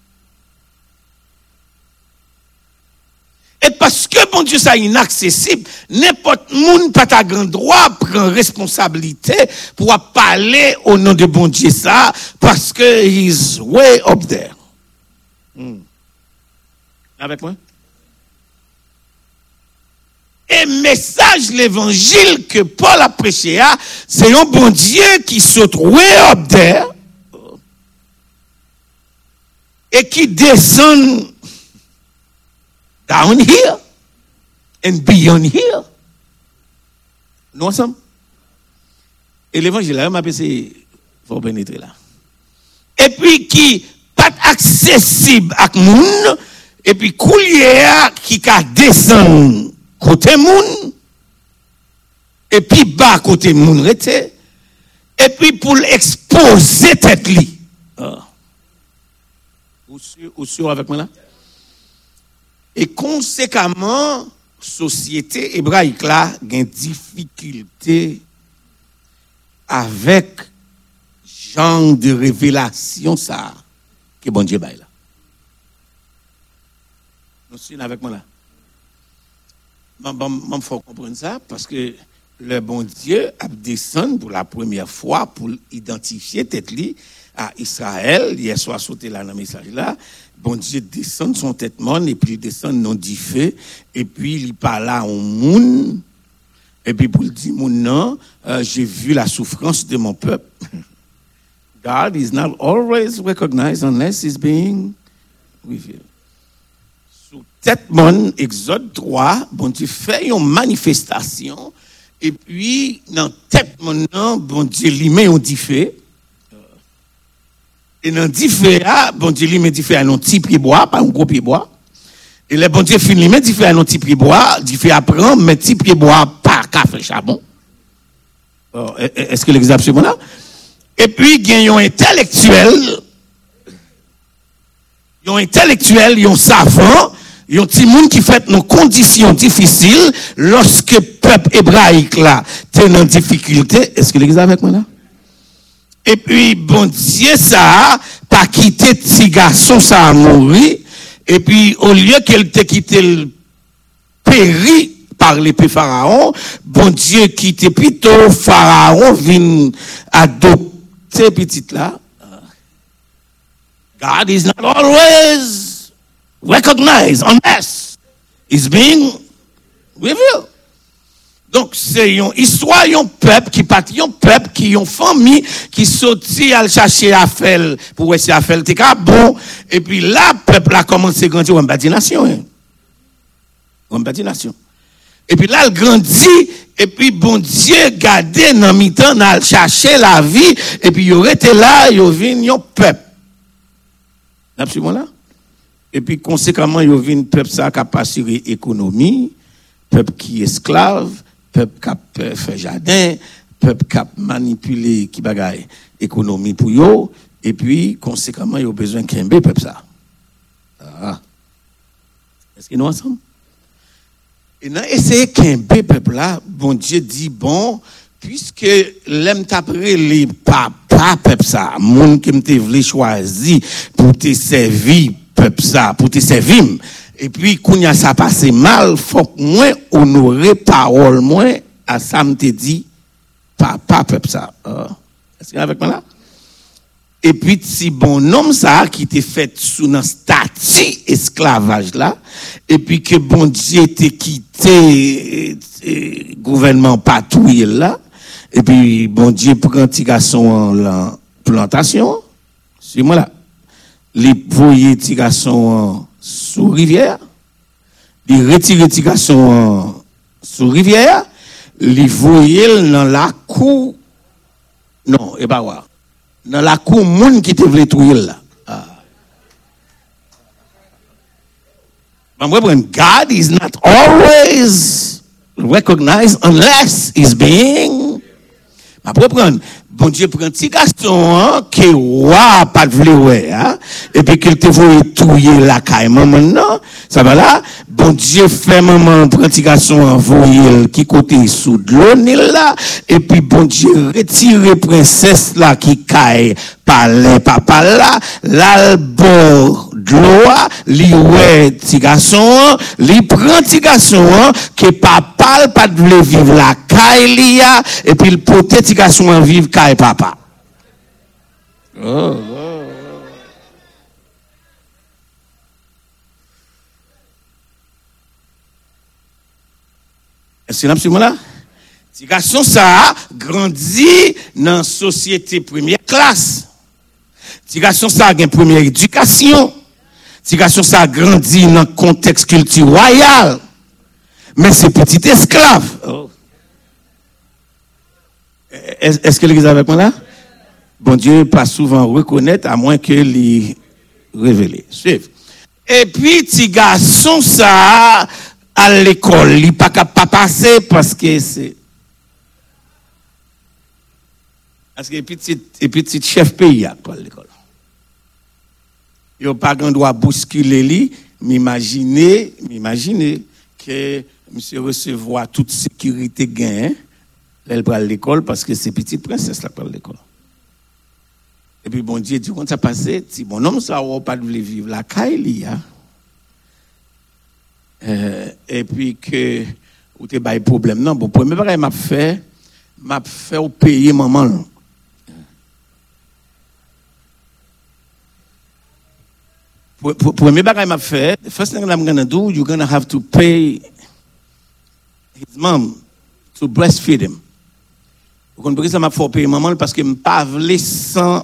Et parce que bon Dieu ça inaccessible, n'importe monde pas ta grand droit prend responsabilité pour parler au nom de bon Dieu ça parce que he's way up there. Avec moi? Et message l'évangile que Paul a prêché c'est un bon Dieu qui saute way up there et qui descend down here and beyond here. Nous ensemble. Et l'évangile là, m'a pensé faut pénétrer là. Et puis qui pas pas accessible à moun et puis coulier qui ka descend côté moun et puis bas côté moun rete et puis pour exposer tête li. Ou sûr avec moi là? Et conséquemment, société hébraïque là, gain difficulté avec genre de révélation ça que bon Dieu baille là. Nous suivons avec moi là. Il faut comprendre ça parce que le bon Dieu a descendu pour la première fois pour identifier tête li à Israël. Hier soir sauté là dans le message là. Bon Dieu descend son tête monde et puis il descend non du feu et puis il parle à un monde et puis pour dire mon non, j'ai vu la souffrance de mon peuple. God is not always recognized unless it's being revealed. Sous tête monde, Exode 3, bon Dieu fait une manifestation et puis dans tête monde non, bon Dieu lui met un diffé. Et dans diffé bon Dieu lui met diffé à un petit pied bois, pas un gros pied bois. Et le bon Dieu finit met diffé à un petit pied bois, diffé apprend mais petit pied bois pas café charbon. Est-ce que l'exemple c'est bon là? Et puis il y a un intellectuel, un savant, un petit monde qui fait nos conditions difficiles lorsque le peuple hébraïque là est en difficulté. Est-ce que l'exemple avec moi là? Et puis, bon Dieu, ça, pas quitté petit garçon, ça a mouru. Et puis, au lieu qu'elle te quitté le péri par l'épée Pharaon, bon Dieu quitté plutôt Pharaon, vient adopter petit là. God is not always recognized unless it's being revealed. Donc, c'est une histoire, un peuple qui partit, un peuple qui une famille qui sortit à chercher à faire pour essayer à faire le cas bon. Et puis là, peuple a commencé à grandir, on va dire nation. On va dire nation. Et puis là, il grandit, et puis bon Dieu gardé dans mi-temps, à chercher la vie, et puis il aurait été là, il vient un peuple. Absolument là. Et puis conséquemment, il vient un peuple ça qui a pas assuré l'économie, peuple qui est esclave, peuple qui a fait jardin, peuple qui a manipulé qui bagaille économie pour yo et puis conséquemment il a besoin qu'un peuple ça. Est-ce que nous ensemble? Et dans essayer qu'un peuple là, bon Dieu dit bon puisque l'aime t'après les papa peuple ça, monde qui m'te voulu choisi pour te servir peuple ça, pour te servir. Et puis, quand y a ça passe mal, faut que moi honorer parole moi à ça me te dit papa peuple ça. Est-ce que avec moi là? Et puis si bonhomme ça qui t'est fait sous un statut esclavage là et puis que bon Dieu t'est quitté gouvernement patrouille là et puis bon Dieu prend petit garçon en plantation, c'est moi là. Les voyer petit garçon sous rivière, il retire petit garçon sous rivière, il voyait dans la cour, non, et pas voir, dans la cour, monde qui te voulait trouver là. God is not always recognized unless he's being. Bon Dieu prend petit garçon que roi pas de vouloir et puis qu'il te voit touiller la caille maman non ça va là bon Dieu fait maman prend petit garçon envoyer qui côté sous de l'eau là et puis bon Dieu retire princesse là qui caille par les papa là l'albor de l'eau li ouais petit garçon li prend petit garçon que papa pas de vouloir vivre la caille lia et puis il porte petit garçon en vivre caille papa. Est-ce que là, monsieur là? Petit garçon ça grandit dans la société première classe. Petit garçon ça a une première éducation. Petit garçon ça grandit dans le contexte culture royal. Mais c'est petit esclave. Est-ce que l'église avec moi là? Bon Dieu pas souvent reconnaître à moins que les révélé. Suivez. Et puis, petit garçon, ça, à l'école, il n'est pas capable de passer parce que c'est. Parce que petit chef pays à l'école. Il n'a pas grand droit bousculer lui, m'imaginer que monsieur recevoir toute sécurité gain, elle prend l'école parce que c'est petite princesse là prend l'école. Et puis bon Dieu dit quand ça passé, si bon homme ça va pas vivre la caille et puis que ou te bail problème non bon premier bagage m'a fait au payer maman. Premier bagage m'a fait, the first thing I'm gonna do, you're gonna have to pay his mom to breastfeed him. Vous comprenez ça m'a fait payer maman parce que m'pas vle sans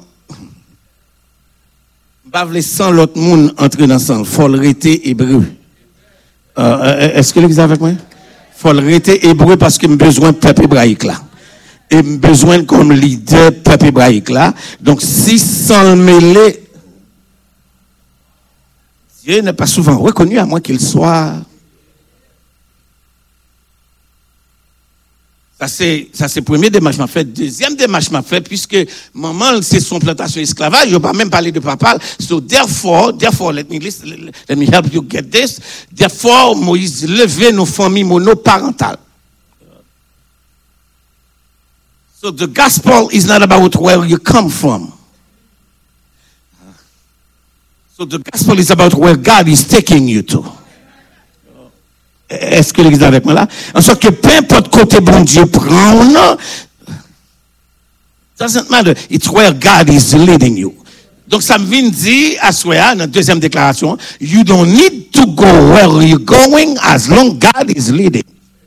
l'autre monde entrer dans sang, faut le rester hébreu. Est-ce que vous êtes avec moi? Faut le rester hébreu parce que j'ai besoin de peuple hébraïque là. Et j'ai besoin comme leader peuple hébraïque là. Donc si sans le mêler Dieu n'est pas souvent reconnu à moins qu'il soit. Ça c'est le premier démarche m'a fait. Deuxième démarche m'a fait, puisque maman, c'est son plantation esclavage, je ne vais pas même parler de papa. So therefore, let me help you get this. Therefore, Moïse levait nos familles monoparentales. So the gospel is not about where you come from. So the gospel is about where God is taking you to. Est-ce que l'église est avec moi là? En sorte que peu importe côté bon Dieu prend, non, doesn't matter. It's where God is leading you. Donc ça me vient dire à Soya, dans la deuxième déclaration, you don't need to go where you're going as long God is leading.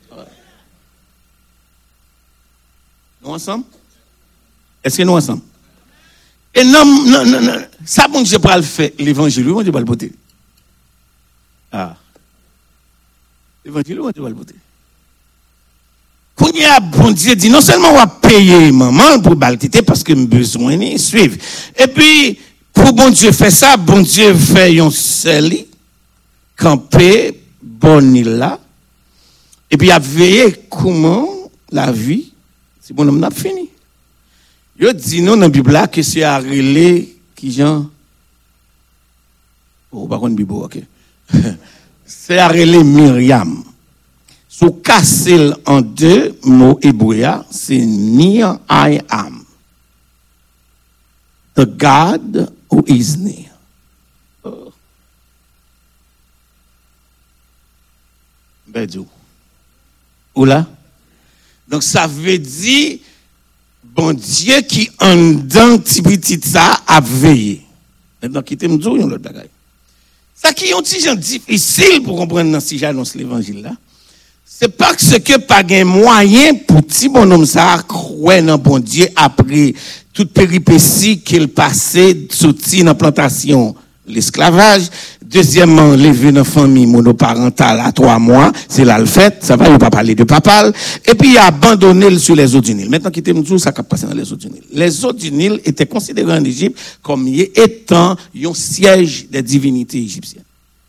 Nous ensemble? Est-ce que nous ensemble? Et non, ça, bon Dieu va le faire, l'évangile, bon Dieu va le porter. Ah. L'évangile, bon Dieu va le porter. Quand il y a bon Dieu dit, non seulement on va payer maman pour baltiter parce que besoin de suivre. Et puis, pour bon Dieu faire ça, bon Dieu fait un seul camper, bon île là. Et puis, il a veillé comment la vie, si bon homme n'a fini. Yo dit non dans la Bible là que c'est à relais qui Jean. Oh, par contre Bible OK. C'est à relais Myriam. Sous casser en deux mots hébreux, c'est near I am. The God who is near. Oh. Bedou. Ou là? Donc ça veut dire bon Dieu qui en dedans petit ça a veillé. Maintenant qui t'aime dire l'autre bagaille. Ça qui est un petit gens difficile pour comprendre si j'annonce l'évangile là. C'est parce que pas gain moyen pour petit bonhomme ça croire dans bon Dieu après toute péripétie qu'il passait sorti dans plantation l'esclavage. Deuxièmement, lever dans famille monoparentale à 3 mois, c'est là le fait, ça va, il ne va pas parler de papal. Et puis, il a abandonné sur les eaux du Nil. Maintenant, quittez nous ça qui passé dans les eaux du Nil. Les eaux du Nil étaient considérées en Égypte comme étant un siège des divinités égyptiennes.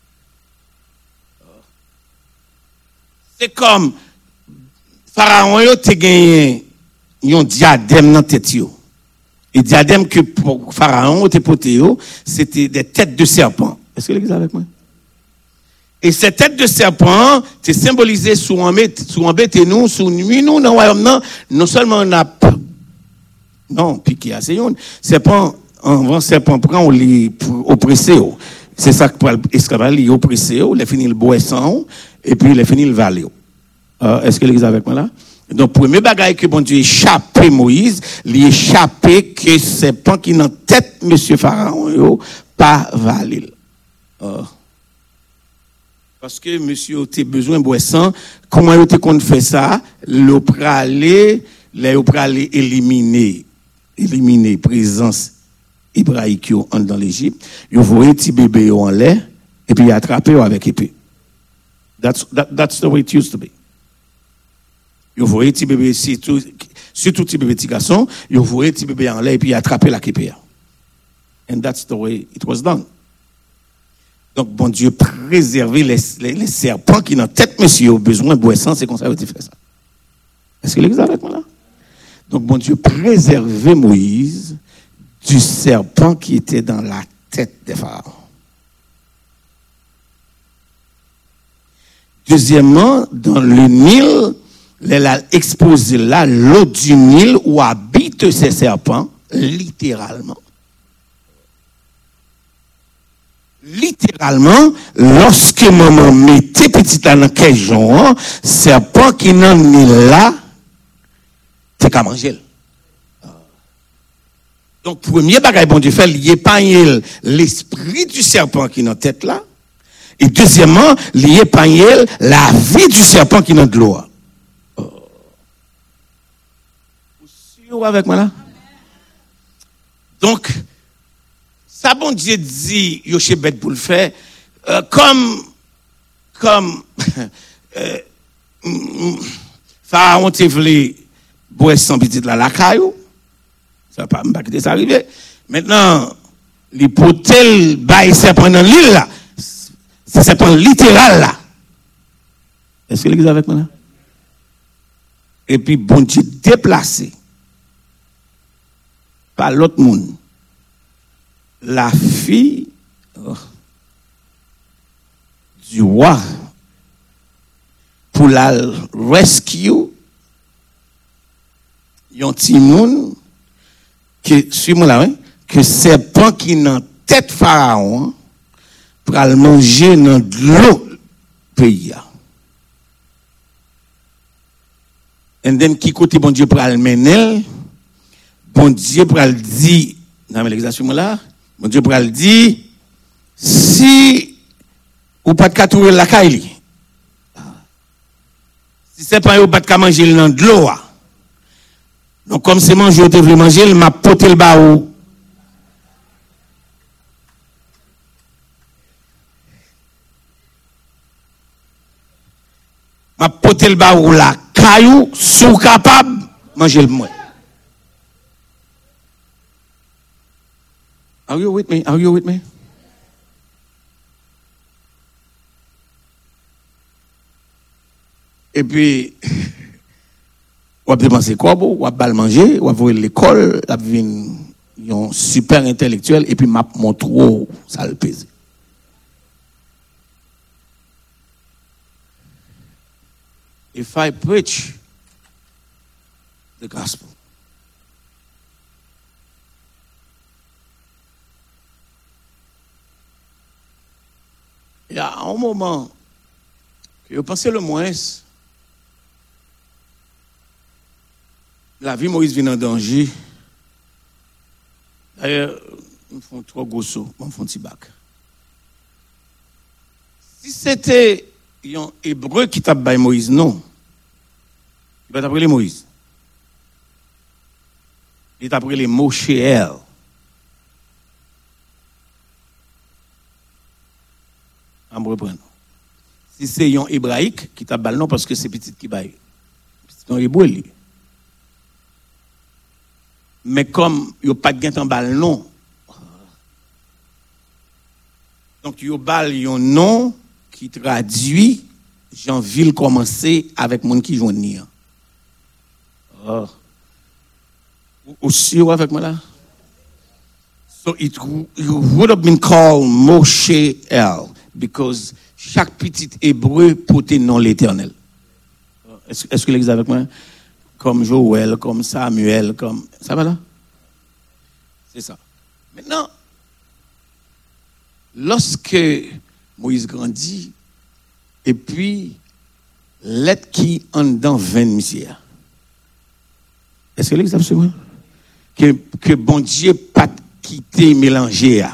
C'est comme, Pharaon, il a gagné un diadème dans la tête. Et diadème que pour Pharaon, c'était des têtes de serpent. Est-ce que l'église est avec moi? Et cette tête de serpent, c'est symbolisé sous embête nous, sous nuit nous, dans le royaume, non seulement on a, non, piqué à Seyon, serpent, en vrai, serpent prend, on les oppressé, c'est ça que pour l'esclavage, il oppressé, il finit le boisson, et puis il finit le valet. Est-ce que l'église est avec moi là? Donc, premier bagage que bon Dieu échappé Moïse, il échappé que serpent qui dans tête, monsieur Pharaon, pas valet. Parce que monsieur a besoin de boisson, comment il a fait ça? Le pralé éliminer présence hébraïque dans l'Égypte. Il voyait petit bébé en l'air et puis il attrapé avec épée. That's the way it used to be. Il voyait petit bébé surtout petit bébé petit garçon, il voyait petit bébé en l'air et puis il attrapé la épée. And that's the way it was done. Donc, bon Dieu, préserver les serpents qui dans tête, monsieur, au besoin de boire sang, c'est comme ça que tu fais ça. Est-ce que l'église est avec moi là? Donc, bon Dieu, préserver Moïse du serpent qui était dans la tête des pharaons. Deuxièmement, dans le Nil, elle a exposé là l'eau du Nil où habitent ces serpents, littéralement. Littéralement, lorsque maman mettait petit là dans quel genre, serpent qui n'en est là, c'est qu'à manger. Donc, premier bagage, bon Dieu fait, il épargne l'esprit du serpent qui est dans tête là. Et deuxièmement, il épargne la vie du serpent qui est dans de l'eau. Vous suivez avec moi là? Donc, ça, bon Dieu dit, yo chez bête pour le faire, comme, Pharaon te voulait boire son petit la caillou, ça va pas me ça arriver. Maintenant, l'hypothèse, bail serpent dans l'île là, c'est serpent littéral là. Est-ce que l'église est avec moi là? Et puis, bon Dieu déplacé par l'autre monde. La fille du roi pour la rescue yon ti moun que suis-moi là que serpent qui dans tête pharaon pour le manger dans de l'eau pays. Et then qui côté bon Dieu pour le mener, bon Dieu pour le dire dans l'exercice là. Bon Dieu pour le dire, si ou pas de catourer la caille, si c'est pas ou pas de manger dans de l'eau, donc comme c'est manger ou te veut manger, il m'a poté le baou. M'a poté le baou la caillou, sous capable manger le moins. Are you with me? Are you with me? Et puis, on va dépenser quoi, on va bal manger, on va voir l'école, on va venir super intellectuel, et puis m'a montre ça le pèse. If I preach the gospel, il y a un moment que je pensais le moins, la vie Moïse vient en danger. D'ailleurs, ils font trop gros sauts, ils font un petit bac. Si c'était un hébreu qui t'a baillé Moïse, non. Il va t'appeler Moïse. Il t'appelle Moshéel. On reprend. Si c'est un hébraïque qui t'a baillé, non, parce que c'est petit qui baille. C'est un hébreu. Mais comme il n'y a pas de gain en balle, non. Donc, il y a balle, un nom qui traduit Jean-Ville commencer avec mon qui joue. Aussi, avec moi là? So it would have been called Moshe El, because chaque petit hébreu portait nom l'éternel. Est-ce que l'église avec moi? Comme Joël, comme Samuel, comme... Ça va là? C'est ça. Maintenant, lorsque Moïse grandit, et puis, l'être qui en dans 20 messieurs. Est-ce que l'église avec moi? Que bon Dieu pas quitté, mélanger.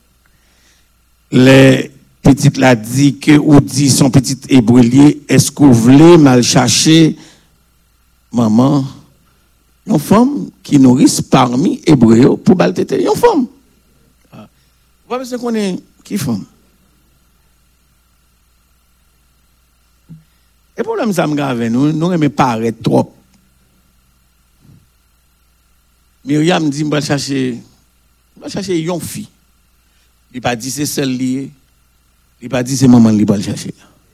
Les petites l'a dit que, ou dit son petit hébreu lié, est-ce que vous voulez mal chercher maman, une femme qui nourrisse parmi les Hébreux pour baltéter. Une femme. Vous voyez ce qu'on est qui femme? Et pour problème, ça me grave, nous aimons paraître trop. Myriam dit, je vais chercher une fille. Il n'a pas dit c'est celle liée. Il pas dit c'est maman qui va le chercher.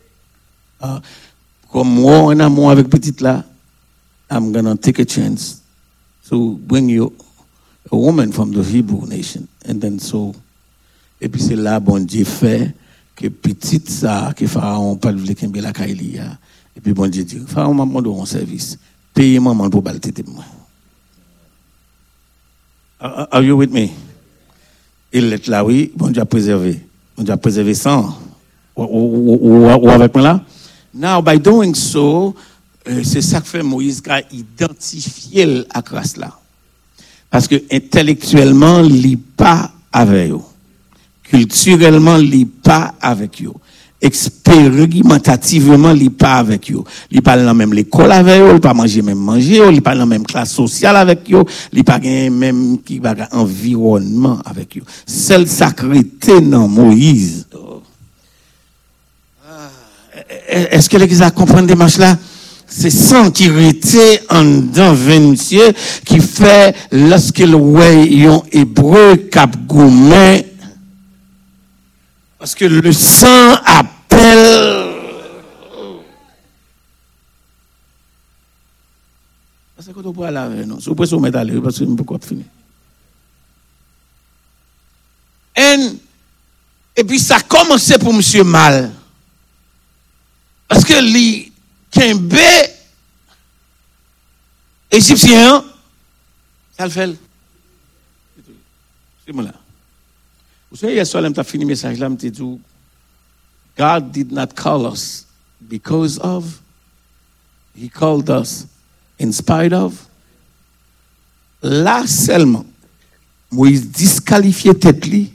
Comme moi, en amour avec petite là, I'm gonna take a chance to bring you a woman from the Hebrew nation. And then so, et puis c'est là, bon Dieu fait que petite ça, que Pharaon pas le qu'il la Kailia. Et puis bon Dieu dit, Pharaon m'a demandé un service. Payez maman pour balter moi. Are you with me? Il est là, oui, bon Dieu a préservé. Bon Dieu a préservé sang. Ou avec moi là? Now, by doing so, c'est ça que fait Moïse qui a identifié à grâce là. Parce que intellectuellement, il n'est pas avec eux. Culturellement, il n'est pas avec eux. Expérimentativement, il n'est pas avec eux. Il n'est pas dans la même école avec eux, il n'est pas manger même manger, il n'est pas dans la même classe sociale avec eux, il n'est pas dans le même environnement avec eux. Seul sacré dans Moïse. Est-ce que l'Église a compris des marches là? C'est ça qui était en dedans monsieur qui fait lorsque le voyant hébreu cap gourmet parce que le sang appelle. Parce que on peut laver non, si vous pouvez se mettre à l'air parce que je ne peux pas finir. Et puis ça a commencé pour monsieur mal. Parce que les Kembe égyptiens, ça le fait. C'est moi là. Vous savez, hier soir, je fini le message là, je dit, God did not call us because of, He called us in spite of. Là seulement, Moïse disqualifiait tête li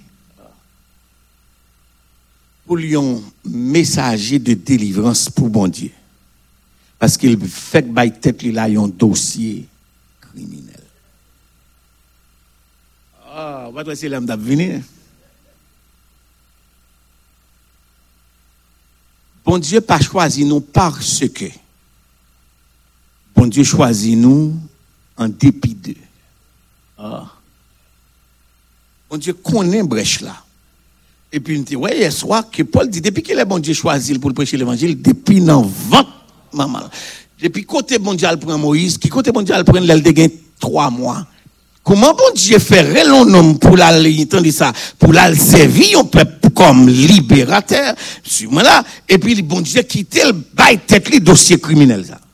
pour lui un messager de délivrance pour bon Dieu. Parce qu'il fait que by tête là un dossier criminel. Ah, on va essayer l'homme d'avenir. Bon Dieu pas choisi nous parce que bon Dieu choisit nous en dépit d'eux. Ah. Bon Dieu connaît brèche là. Et puis, il dit, ouais, hier soir, que Paul dit, depuis qu'il est bon Dieu choisi pour prêcher l'évangile, depuis dans vente, maman. Depuis côté bon Dieu, il prend Moïse, qui côté bon Dieu, il prend l'aile de 3 mois. Comment bon Dieu fait long homme pour l'entendre ça, pour la servir un peuple comme libérateur, sur moi là, et puis bon Dieu quitte le bail tête le dossier criminel ça.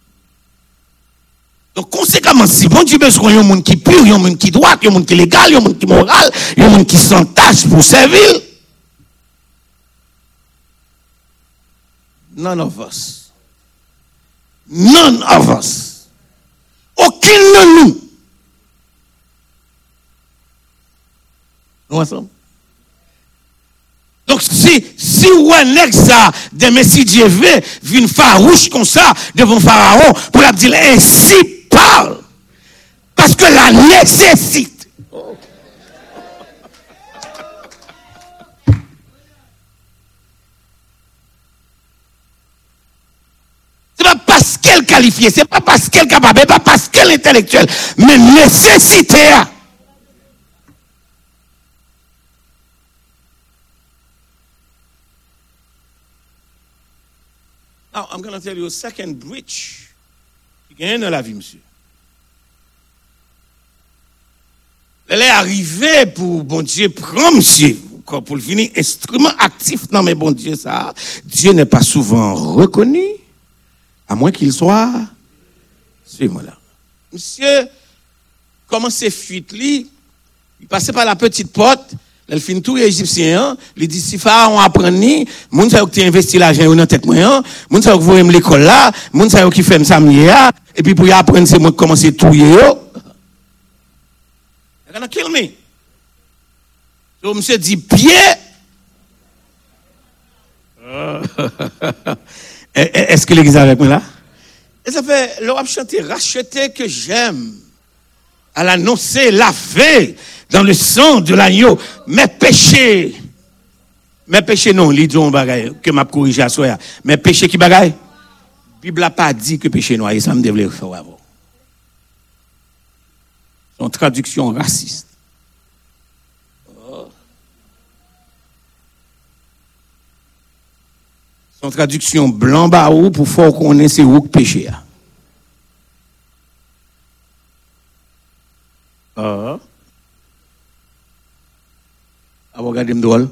Donc, conséquemment, si bon Dieu besoin d'un monde qui pur, un monde qui droit, un monde qui légal, un monde qui moral, un monde qui sans tâche pour servir, none of us. None of us. Aucun de nous. Nous ensemble? Donc, si ou un ex ça, des messieurs Dieu vient farouche comme ça, devant Pharaon, pour la dire ainsi parle. Parce que la nécessite. C'est pas parce qu'elle qualifiée, c'est pas parce qu'elle capable, c'est pas parce qu'elle est intellectuelle, mais nécessité. Now, I'm going to tell you a second breach qui est dans la vie, monsieur. Elle est arrivée pour, bon Dieu, prendre monsieur, pour le finir, instrument actif dans mes bon Dieu, ça. Dieu n'est pas souvent reconnu, à moins qu'il soit. Suivez-moi là. Monsieur, comment c'est fuite, il passait par la petite porte. Elle fin tout égyptien, il dit si Pharaon apprend ni, moun sa qui investi l'argent dans tête moi, moun sa qui voye l'école là, moun sa qui fait ça m'ya, et puis pour y apprendre c'est moi commencer touyer yo. They're gonna kill me. So monsieur dit pied. Est-ce que l'église est avec moi là? Et ça fait l'Europe chanter racheter que j'aime. À l'annoncer laver dans le sang de l'agneau mes péchés non li dit on bagaille que m'a corriger à soya mes péchés qui bagaille Bible n'a pas dit que péché noir ça me devrait faire avant son traduction raciste. Son traduction blanc baou pour faire qu'on ait c'est où péché. Ah. Regardez m'doual.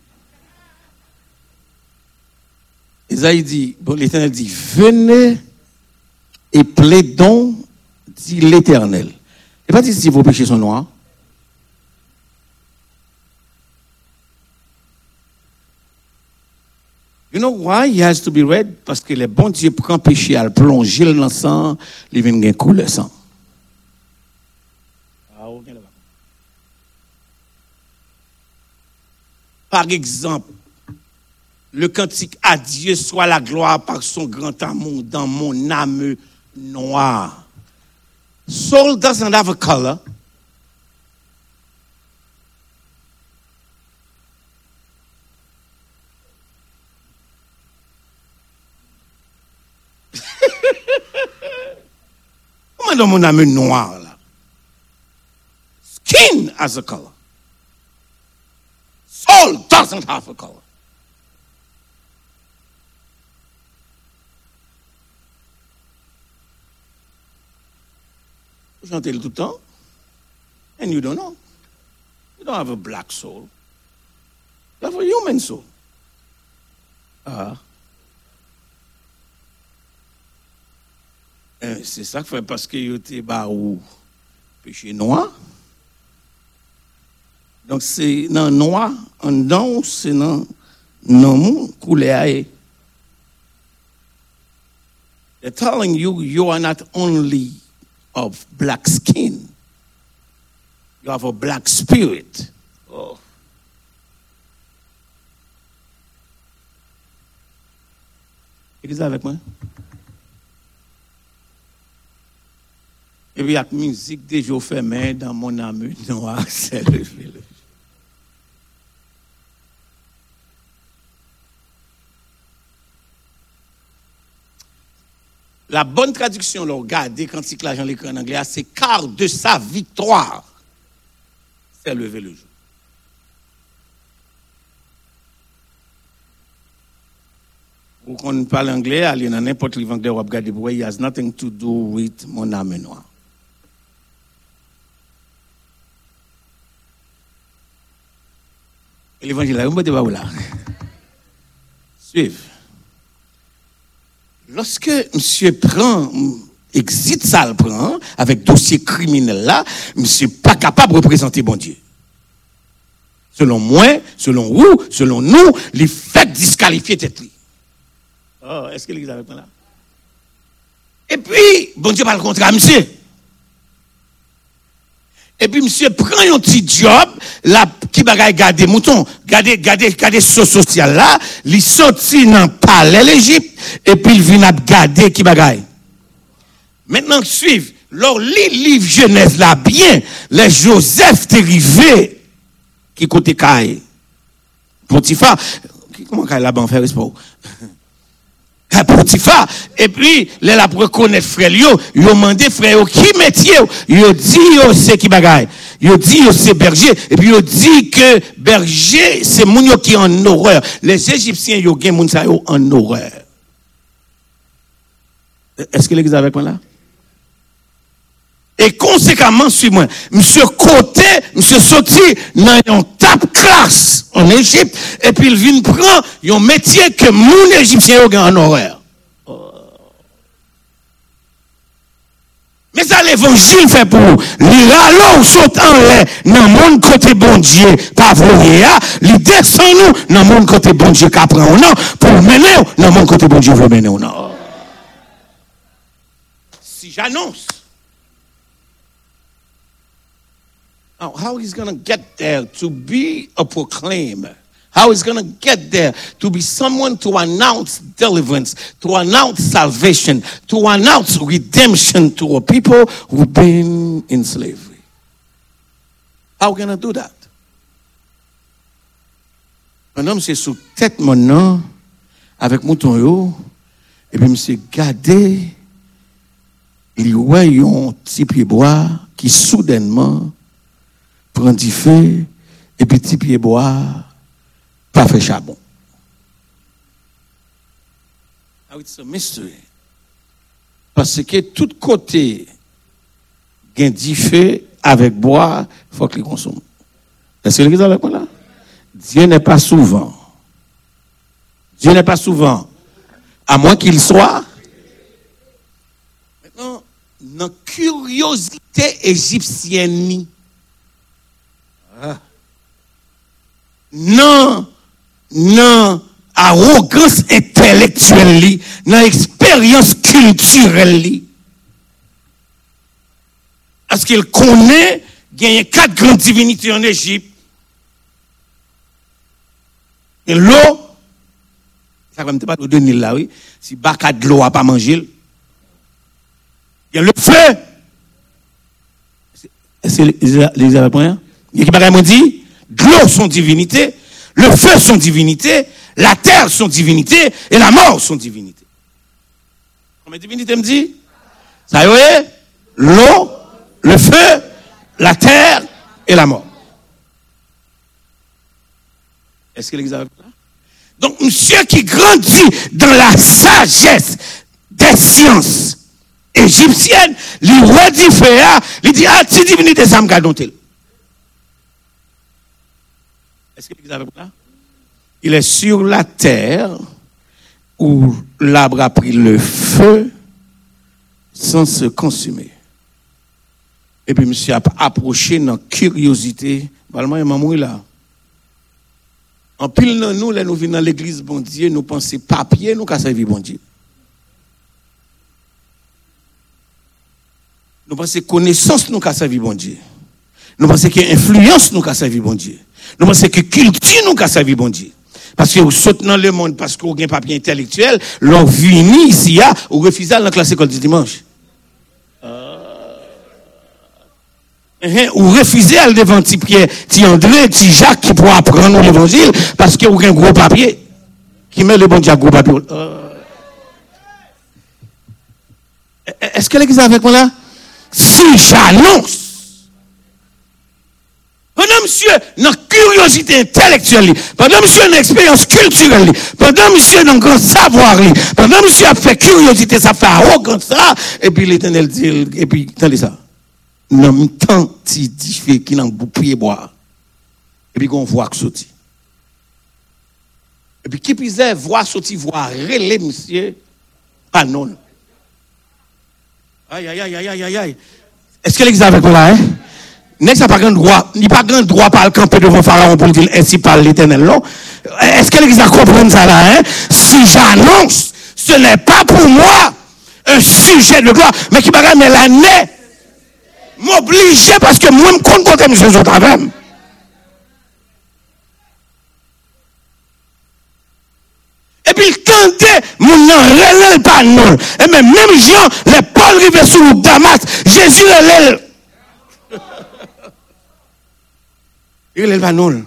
Isaïe dit, bon, l'Éternel dit, venez et plaidons, dit l'Éternel. Et pas dit si vos péchés sont noirs. You know why he has to be red? Parce que le bon Dieu prend péché à le plonger dans le sang, il vient de couler le sang. Par exemple, le cantique à Dieu soit la gloire par son grand amour dans mon âme noire. Soul doesn't have a color. Comment dans mon âme noire là? Skin has a color. Soul doesn't have a color. Vous chantez tout le temps, and you don't know. You don't have a black soul. You have a human soul. Ah. C'est ça que fait parce que vous êtes ou péché noir. Donc c'est dans noir, en dedans, c'est dans mon couleur. They're telling you you are not only of black skin. You have a black spirit. Oh. Église avec moi. Et puis, avec musique déjà fermée dans mon âme noire, c'est levé. La bonne traduction, là, regardez quand il a l'écrit en anglais, c'est car de sa victoire, c'est levé le jour. Ou qu'on parle anglais, allez dans n'importe livre anglais, ou regardez, it has nothing to do with mon âme noire. L'évangile, là, vous ne pas où là. Suivez. Lorsque monsieur prend, exit ça le prend, avec dossier criminel là, monsieur pas capable de représenter bon Dieu. Selon moi, selon vous, selon nous, les faits disqualifiés tête. Oh, est-ce que l'église avec moi là? Et puis, bon Dieu va le contrat à monsieur. Et puis, monsieur prend un petit job, là, qui bagaille garder mouton, garder ce social là, il sorti dans le palais l'Égypte, et puis il vient garder qui bagaille. Maintenant, suivre, lors les livres Genèse là, bien, les Joseph t'est arrivé, qui côté Kaye. Potiphar, comment Kaye là-bas, faire sport? Potiphar, et puis, les la reconnaître frère, yo demandé frère, qui métier, yo dit, yo c'est qui bagaille. Yo dit, yo c'est berger, et puis yo dit que berger, c'est moun yo qui en horreur. Les Égyptiens, yo gen moun sa yo en horreur. Est-ce que l'église avec moi là? Et conséquemment, suis-moi, monsieur côté, monsieur sorti dans une tape classe en Égypte, et puis il vient prendre un métier que mon Égyptien a en horreur. Mais ça, l'évangile fait pour vous. L'allons ou saute en l'air, dans mon côté bon Dieu, pas voyer, il descend nous, dans mon côté bon Dieu, qu'après on a, pour mener, dans mon côté bon Dieu, vous mener, on a. Si j'annonce, how he's going to get there to be a proclaimer? How he's going to get there to be someone to announce deliverance, to announce salvation, to announce redemption to a people who've been in slavery? How are we going to do that? Un homme c'est sous tête mon nom avec mouton yo et puis monsieur gardé il voit un petit pied bois qui soudainement prend du feu et puis petit pied bois pas fait charbon. It's a mystery. Parce que tout côté, gain du feu avec bois, il faut qu'il consomme. Est-ce que vous avez avec moi là? Dieu n'est pas souvent. Dieu n'est pas souvent. À moins qu'il soit. Maintenant, dans la curiosité égyptienne, non, arrogance intellectuelle, dans expérience culturelle. Parce qu'il connaît, il y a 4 grandes divinités en Égypte. Et l'eau, ça ne pas de Nil là, oui. Si baka de l'eau n'a pas mangé, il y a le feu. Est-ce que les Arabiens? Il y a qui m'a dit, de l'eau son divinité, le feu son divinité, la terre son divinité, et la mort son divinité. Combien de divinités me dit? Ça y est, l'eau, le feu, la terre et la mort. Est-ce que l'examen est là? Donc, monsieur qui grandit dans la sagesse des sciences égyptiennes, lui redit frère, lui dit, ah, si divinité, ça me garde-t-il. Est-ce que l'examen est là? Il est sur la terre où l'arbre a pris le feu sans se consumer. Et puis, monsieur a approché dans curiosité. Normalement, il m'a mouru là. En pile, nous, là, nous venons dans l'église, bon Dieu, nous pensons papier, nous, qu'à servir, bon Dieu. Nous pensons connaissance, nous, qu'à servir, bon Dieu. Nous pensons qu'il y a influence, nous, qu'à servir, bon Dieu. Nous pensons que culture, nous, qu'à servir, bon Dieu. Parce que vous sautez dans le monde, parce que vous avez un papier intellectuel, l'on vient ici, ou refusez dans la classe école du dimanche. Ou refuser à devant petit Pierre, petit André, petit Jacques qui pourra apprendre l'évangile parce que vous avez un gros papier qui met le bon Dieu gros papier. Est-ce que l'église est avec moi là? Si j'annonce, pendant monsieur, dans curiosité intellectuelle, pendant monsieur, dans expérience culturelle, pendant monsieur, dans grand savoir, pendant monsieur a fait curiosité, ça fait arrogance ça, et puis l'Éternel dit, et puis, attendez ça. Dans le temps, il dit qu'il n'a pas pu boire. Et puis, on voit que sorti. Et puis, qui pisait, voit sorti, voit relais, monsieur, pas non. Aïe, aïe, aïe, aïe, aïe, aïe. Est-ce que l'examen avec moi là, hein? N'est-ce pas grand droit, il pas grand droit par le camper devant Pharaon pour dire ainsi par l'Éternel, non? Est-ce que l'examen comprend ça là, hein? Si j'annonce, ce n'est pas pour moi un sujet de gloire, mais qui m'a mais l'année. M'obliger parce que moi, je me compte quand je suis avec. Et puis, quand mon nom relève pas non. Et même Jean, les Paul rivaient sur le Damas, Jésus relève. Il relève pas non.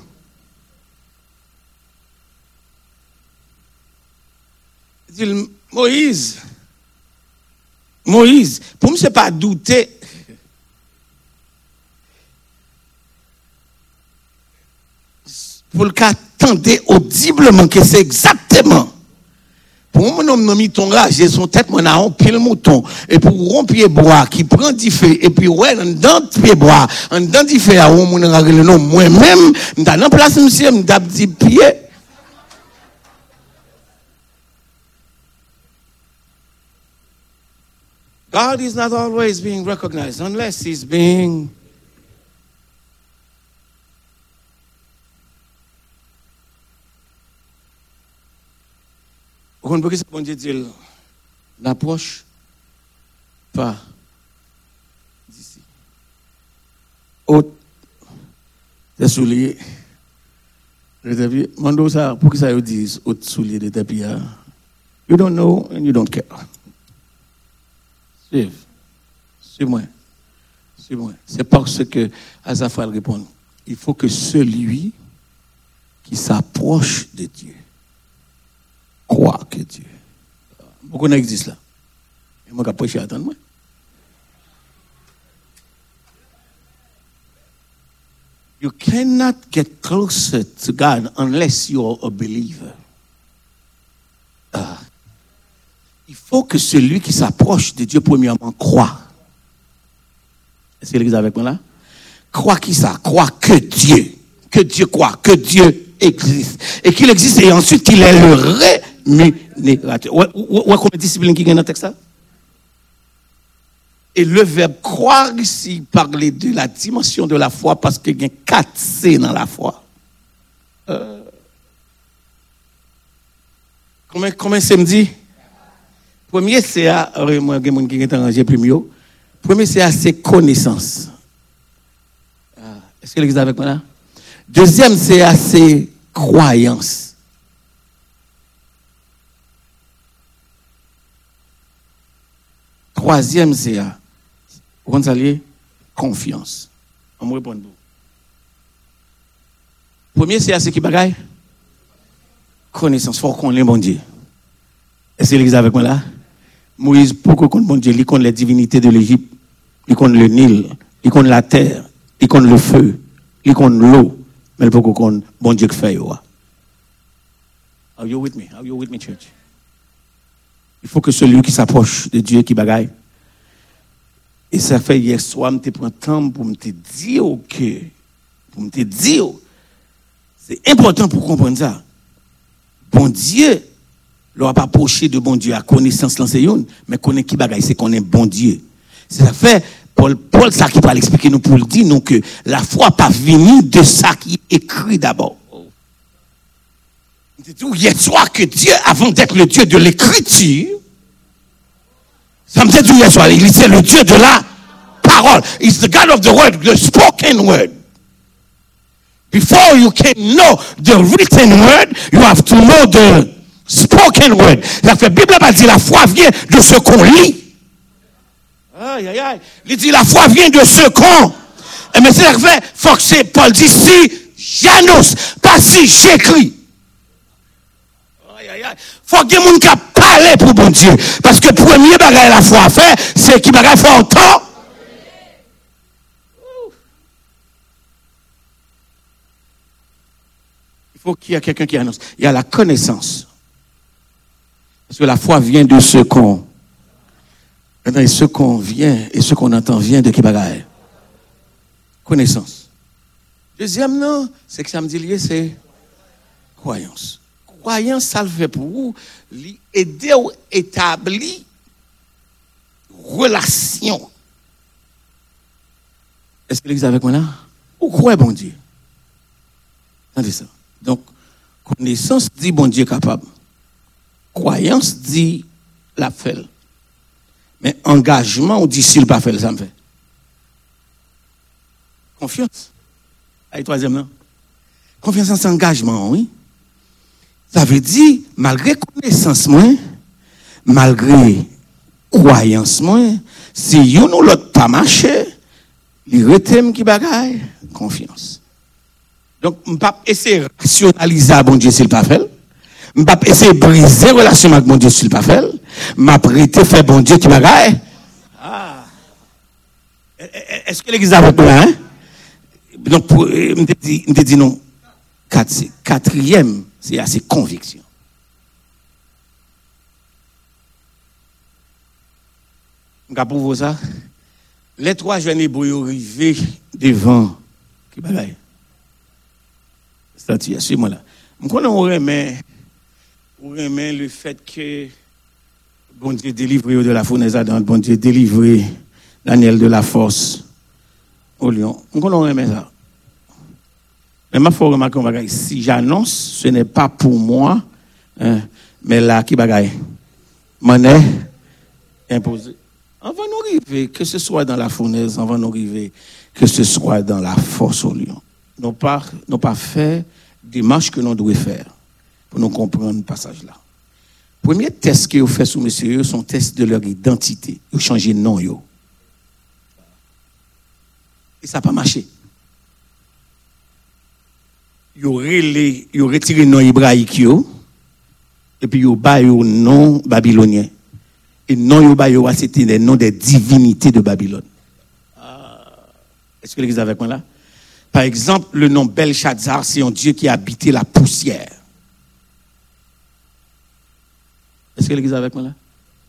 Il dit, Moïse, pour moi, c'est pas douter. Pour le cas, attendez audiblement que c'est exactement. Pour mon homme, mis ton rage, j'ai son tête, mon a pile mouton. Et pour rompre pied bois, qui prend du feu, et puis ouais, en dedans pied bois, en dedans du feu, à où mon a le nom, moi-même, dans la place, monsieur, m'd'a dit pied. God is not always being recognized unless he's being. Vous comprenez ce que bon Dieu dit? N'approche pas d'ici. Ôte tes souliers de tes pieds. Mando ça, pour que ça vous dise ôte souliers de tes pieds. You don't know and you don't care. Suis-moi. Suis-moi. C'est parce que Azaphaël répond, il faut que celui qui s'approche de Dieu croit que Dieu. Beaucoup n'existe là. Et moi, je vais prêcher, attends-moi. You cannot get closer to God unless you are a believer. Il faut que celui qui s'approche de Dieu, premièrement, croit. Est-ce que l'église est avec moi là? Croit qui ça? Croit que Dieu croit, que Dieu existe. Et qu'il existe et ensuite qu'il est le rémunérateur. Ou combien de disciplines qui gagne dans le texte là? Et le verbe croire ici parlait de la dimension de la foi parce qu'il y a 4 C dans la foi. Comment c'est me dit? Premier c'est à moi qui est arrangé plus mieux. Premier c'est à ses connaissances. Est-ce que l'église est avec moi là? Deuxième c'est à ses croyances. Troisième c'est à confiance. On me répond. Premier c'est à ce qui bagaille. Connaissance, il faut qu'on ait bon Dieu. Est-ce que l'église est avec moi là? Moïse, pourquoi qu'on bon Dieu? Il connaît les divinités de l'Égypte, il connaît le Nil, il connaît la terre, il connaît le feu, il connaît l'eau, mais pourquoi qu'on bon Dieu qui fait? Are you with me? Are you with me, church? Il faut que celui qui s'approche de Dieu qui bagaille. Et ça fait hier soir, je prends le temps pour me dire que, c'est important pour comprendre ça. Bon Dieu, l'on va pas approcher de bon Dieu à connaissance l'enseignant, mais connaît qui bagaille, c'est qu'on est bon Dieu. C'est ça fait, Paul ça qui va l'expliquer nous pour le dire, nous que la foi pas venue de ça qui est écrit d'abord. Hier soir que Dieu, avant d'être le Dieu de l'écriture, ça me dit hier soir, il c'est le Dieu de la parole. He's the God of the word, the spoken word. Before you can know the written word, you have to know the spoken word. La Bible va dire la foi vient de ce qu'on lit. Aïe, aïe, aïe. Il dit la foi vient de ce qu'on. Mais c'est la fait, faut que c'est Paul dit si j'annonce, pas si j'écris. Aïe, aïe, aïe. Faut que des gens qui parlent pour bon Dieu. Parce que premier bagage la foi à faire, c'est qui bagage faut entendre. Il faut qu'il y ait quelqu'un qui annonce. Il y a la connaissance. Parce que la foi vient de ce qu'on. Et ce qu'on vient et ce qu'on entend vient de qui bagaille? Connaissance. Deuxième nom, c'est que ça me dit lié, c'est croyance. Croyance, ça le fait pour vous, aider à établir relation. Est-ce que l'église est avec moi là? Ou croyez bon Dieu? Attendez ça. Donc, connaissance dit bon Dieu capable. Croyance dit la fait. Mais engagement, on dit s'il pas fait, ça me fait. Confiance. Allez, troisième non. Confiance en engagement, oui. Ça veut dire, malgré connaissance, malgré croyance, si yon ou l'autre pas marché, il retient qui bagaille, confiance. Donc, je ne vais pas essayer de rationaliser bon Dieu s'il pas fait. Je ne vais pas essayer de briser la relation avec bon Dieu s'il pas fait. Je vais prêter faire bon Dieu qui bagaille. Ah. Est-ce que l'église a votre là, hein? Donc, je me dis non. Quatrième, c'est assez conviction. Je vais prouver ça. Les 3 jeunes hébreux arrivés devant qui bagaille. C'est-à-dire, suis-moi là. Je connais le fait que bon Dieu délivre de la fournaise ardente, bon Dieu délivre Daniel de la force au lion. Je connais ça. Mais ma foi remarquer si j'annonce, ce n'est pas pour moi, hein, mais là qui bagaille. Monnaie imposée. On va nous arriver, que ce soit dans la fournaise, on va nous arriver, que ce soit dans la force au lion. Nous pas fait des marches que nous devons faire pour nous comprendre le passage là. Premier test que vous faites sous messieurs, sont test de leur identité. Vous changez de nom. Et ça n'a pas marché. Ils ont retiré le nom hébraïque et puis ils ont bâillé le nom babylonien. Et non, c'était les noms des divinités de Babylone. Est-ce que l'église est avec moi là? Par exemple, le nom Belshazzar, c'est un dieu qui a habité la poussière. Est-ce que l'église est avec moi là?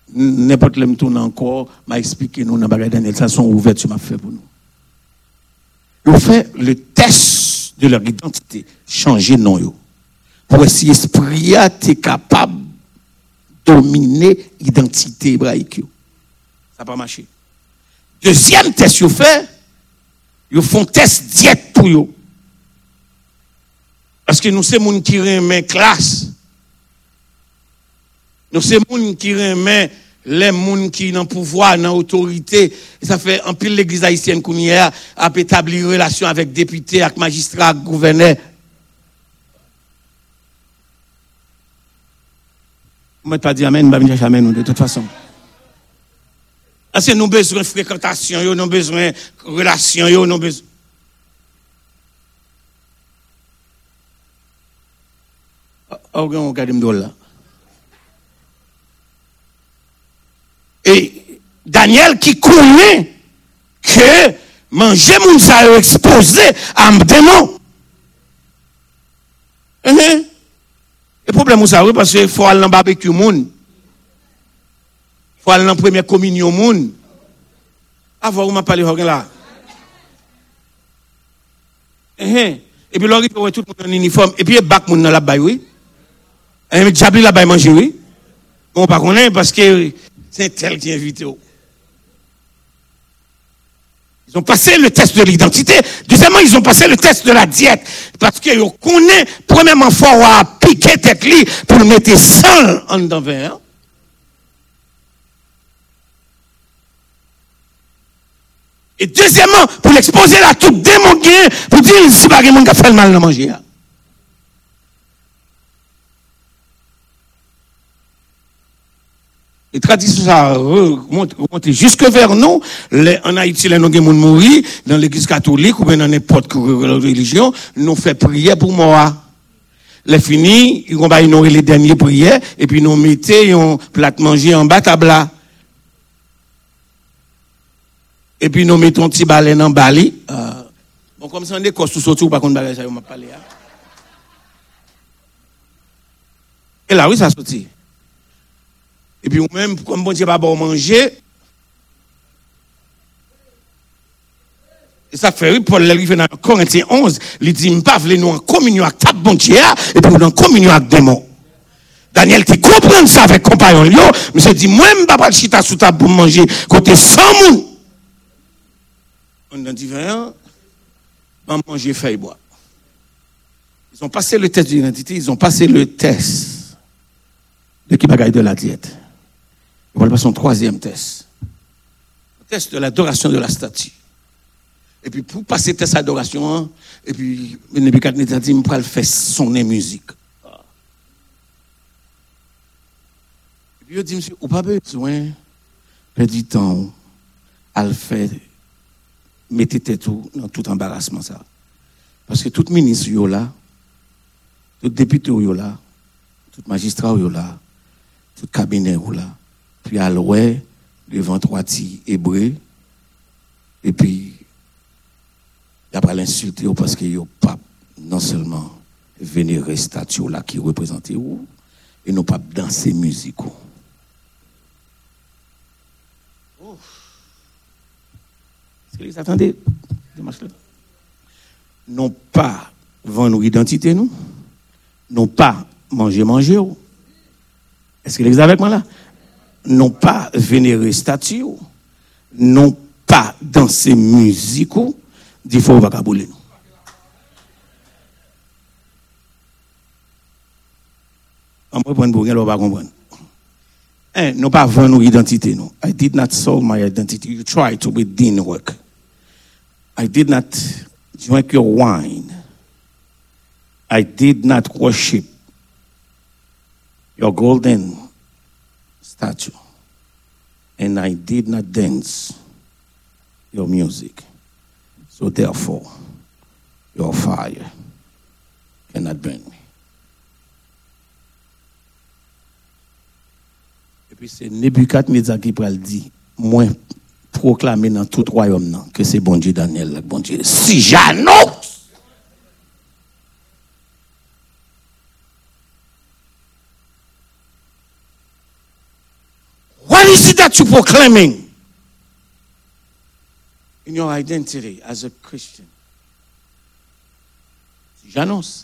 n'importe le tourne encore, m'a expliqué nous dans bagage Daniel, ça sont ouverture m'a fait pour nous. Ils ont fait le test de leur identité, changer nom yo. Pour si l'esprit a été capable de dominer l'identité hébraïque. Ça n'a pas marché. Deuxième test qu'ils fait, ils font test diète pour eux. Parce que nous sommes gens qui remet classe. Nous sommes gens qui remet les gens qui ont pouvoir, dans autorité. Et ça fait un pile l'église haïtienne qu'on y a établi relation avec députés, avec magistrats, avec gouverneurs. Moi, pas dire amen, je ne vais pas dire amen de toute façon. Parce que nous avons besoin de fréquentation, nous avons besoin de relation, nous avons besoin. Regardez-moi là. Et Daniel qui connaît que manger moun sa exposé à un démon. Le problème c'est oui parce qu'il faut aller dans barbecue moun. Faut aller dans première communion moun. Avant on m'a parlé là. Et puis là il faut tout le monde en uniforme et puis bac moun dans la baille oui. Et diable la baille manger oui. On pas connaît parce que c'est tel qui est invité. Ils ont passé le test de l'identité. Deuxièmement, ils ont passé le test de la diète. Parce qu'ils connaissent, premièrement, faut avoir piqué tête li pour le mettre seul en dedans vin. Et deuxièmement, pour l'exposer à tout démon pour dire si pas quelqu'un qui a fait le mal à manger. Les traditions ça remontent jusque vers nous. En Haïti, les gens qui ont mouru dans l'église catholique ou bien dans n'importe quelle religion, nous fait prière pour moi. Les finis, ils vont ignorer les dernières prières et puis nous mettons un plat manger en bas table là. Et puis nous mettons un petit baleine en bali. Bon, comme ça, on est costaud surtout par contre, ça m'a parlé. Et là, oui, ça sortit. Et puis, même, comme bon Dieu va pas manger, et ça fait, oui, Paul arrive dans Corinthiens 11, il dit, m'pas vle nous en communion avec ta bon Dieu, et puis nous en communion avec démon. Daniel, tu comprends ça avec compagnon, yo, mais se dit, moi, m'pas pas de chita sous table pour manger, côté sans moun. On a dit, viens, va manger, feuille bois. Ils ont passé le test d'identité, ils ont passé le test de qui bagaille de la diète. On va passer au troisième test. Le test de l'adoration de la statue. Et puis, pour passer le test d'adoration, et puis, Nebuchadnezzar dit, je vais le faire sonner musique. Et puis, il dit, monsieur, vous n'avez pas besoin de perdre du temps à le faire, mettez tête dans tout embarrassement, ça. Parce que tout ministre, il y là, tout député, il y là, tout magistrat, il y là, tout cabinet, il y là. Puis à l'ouest, devant trois petits hébreux, et puis, il n'y a pas l'insulter parce qu'il n'y a pas non seulement vénérer statue là qui représente où, et non pas danser musique. Oh. Est-ce que vous attendez? Non pas vendre nos identités, nous. Non pas manger. Est-ce que vous êtes avec moi là? Non pas vénérer statue, non pas danser musique, il faut pas cabouler nous. On peut prendre pour rien, on va comprendre. Non pas vendre nos identités, non. I did not sell my identity. You try to, it didn't work. I did not drink your wine. I did not worship your golden statue. And I did not dance your music. So therefore, your fire cannot burn me. Et puis c'est Nebuchadnezzar qui peut le dire, moi proclamer dans tout royaume que c'est bon Dieu Daniel, bon Dieu. Si j'annonce, that you're proclaiming in your identity as a Christian? J'annonce.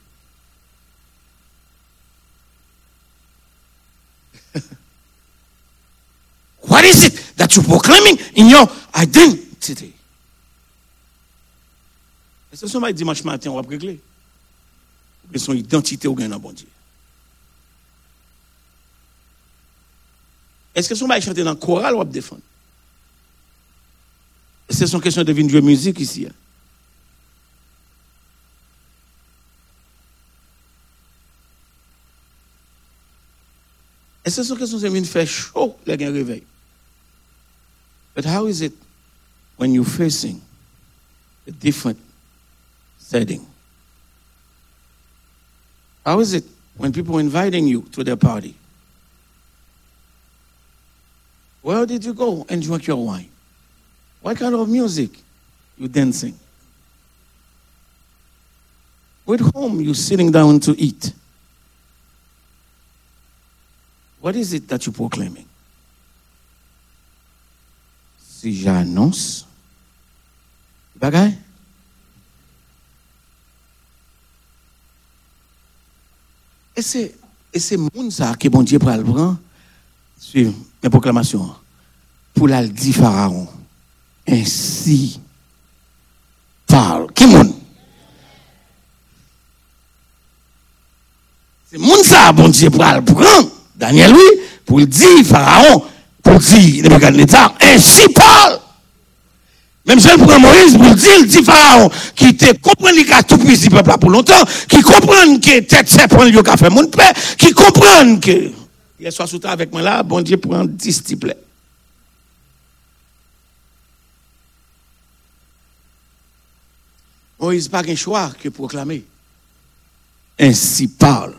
What is it that you're proclaiming in your identity? Est-ce que somebody dimanche matin on va régler? Mais son identité au gain dans bon Dieu. Est-ce que somebody chante dans le choral ou va défendre? Est-ce que c'est une question de venir jouer musique ici? Est-ce que c'est une question de venir faire chaud les gains réveil? But how is it when you're facing a different setting? How is it when people are inviting you to their party? Where did you go and drink your wine? What kind of music you dancing? At home you sitting down to eat? What is it that you're proclaiming? Si j'annonce, bagay? Et c'est moun ça que bon Dieu pral prend sur mes proclamations pour la dire Pharaon. Ainsi parle. Qui moun? C'est moun ça bon Dieu pral prend Daniel oui pour le dire Pharaon. Pour dire, Nebuchadnezzar, ainsi parle. Même si elle prend Moïse pour le dire Pharaon, qui te comprend qu'il a tout pris le peuple là pour longtemps, qui comprend que tête serpent lui a fait mon père, qui comprend que, il soit sous avec moi là, bon Dieu prend 10 types. Moïse n'a pas un choix que proclamer. Ainsi parle.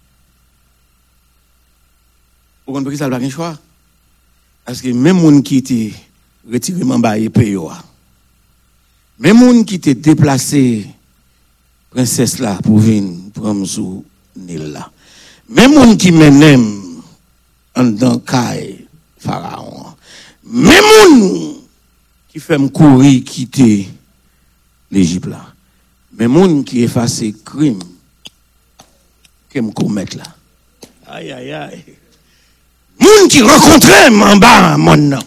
Vous comprenez ça, il n'a pas un choix? Parce que même moun qui était retiré en et payo, même moun qui était déplacé princesse là pour venir prendre sous Nil là, même moun qui menem en dans caille pharaon, même moun qui fait me courir quitter l'Égypte là, même moun qui effacer crime que me commettre là. Aïe aïe aïe. Moun qui rencontrait en bas mon nom.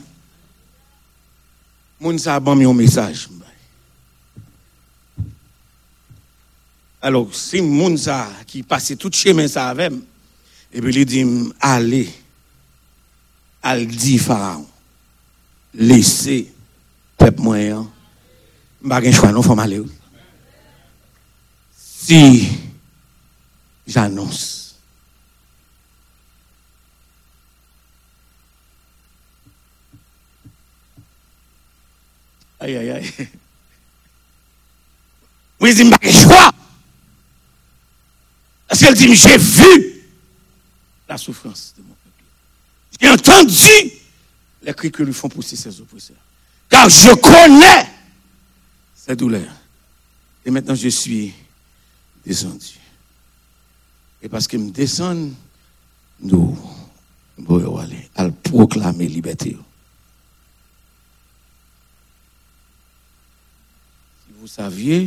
Moun ça a bon un message. Alors si moun ça qui passait tout chemin ça avec et puis il dit allez al dit Pharaon laissez peuple moyen pas gain choix non faut aller. Si j'annonce aïe, aïe, aïe. Oui, il m'a choix. Parce qu'elle dit, j'ai vu la souffrance de mon peuple. J'ai entendu les cris que lui font pousser ses oppresseurs. Car je connais ses douleurs. Et maintenant, je suis descendu. Et parce qu'il me descend, nous allons aller à proclamer liberté. Vous saviez,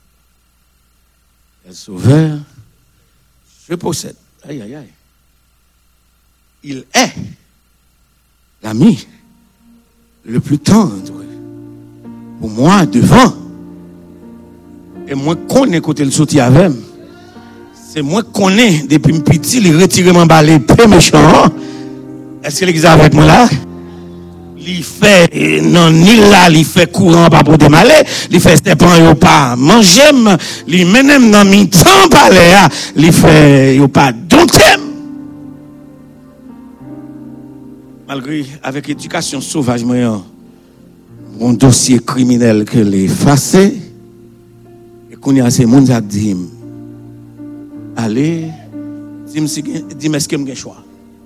le Sauveur, je possède. Aïe, aïe, aïe. Il est l'ami le plus tendre pour moi devant. Et moi, connais côté le sorti avec. C'est moi connais depuis petit, il retire mon balai, peu méchant. Est-ce que l'église est avec moi là? Il fait non ni là il fait courant pas pour démaler il fait serpent yo pas manger il menem dans mi temps parler il fait yo pas dompter malgré avec éducation sauvage moyen mon dossier criminel que les effacé et qu'on y a ces monde a dit allez dis-moi est-ce que j'ai choix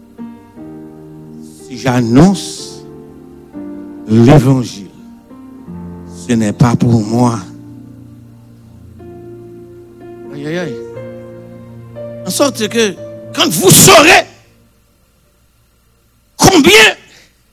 si j'annonce l'évangile, ce n'est pas pour moi. Aïe, aïe, aïe. En sorte que, quand vous saurez combien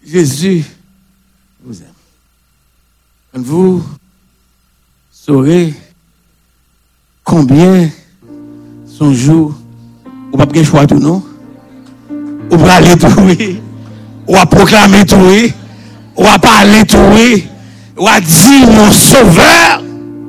Jésus vous aime. Quand vous saurez combien son jour, ou pas de choix tout non, ou pas aller tout oui, ou à proclamer tout oui, ou à parler tout oui, ou à dire mon sauveur.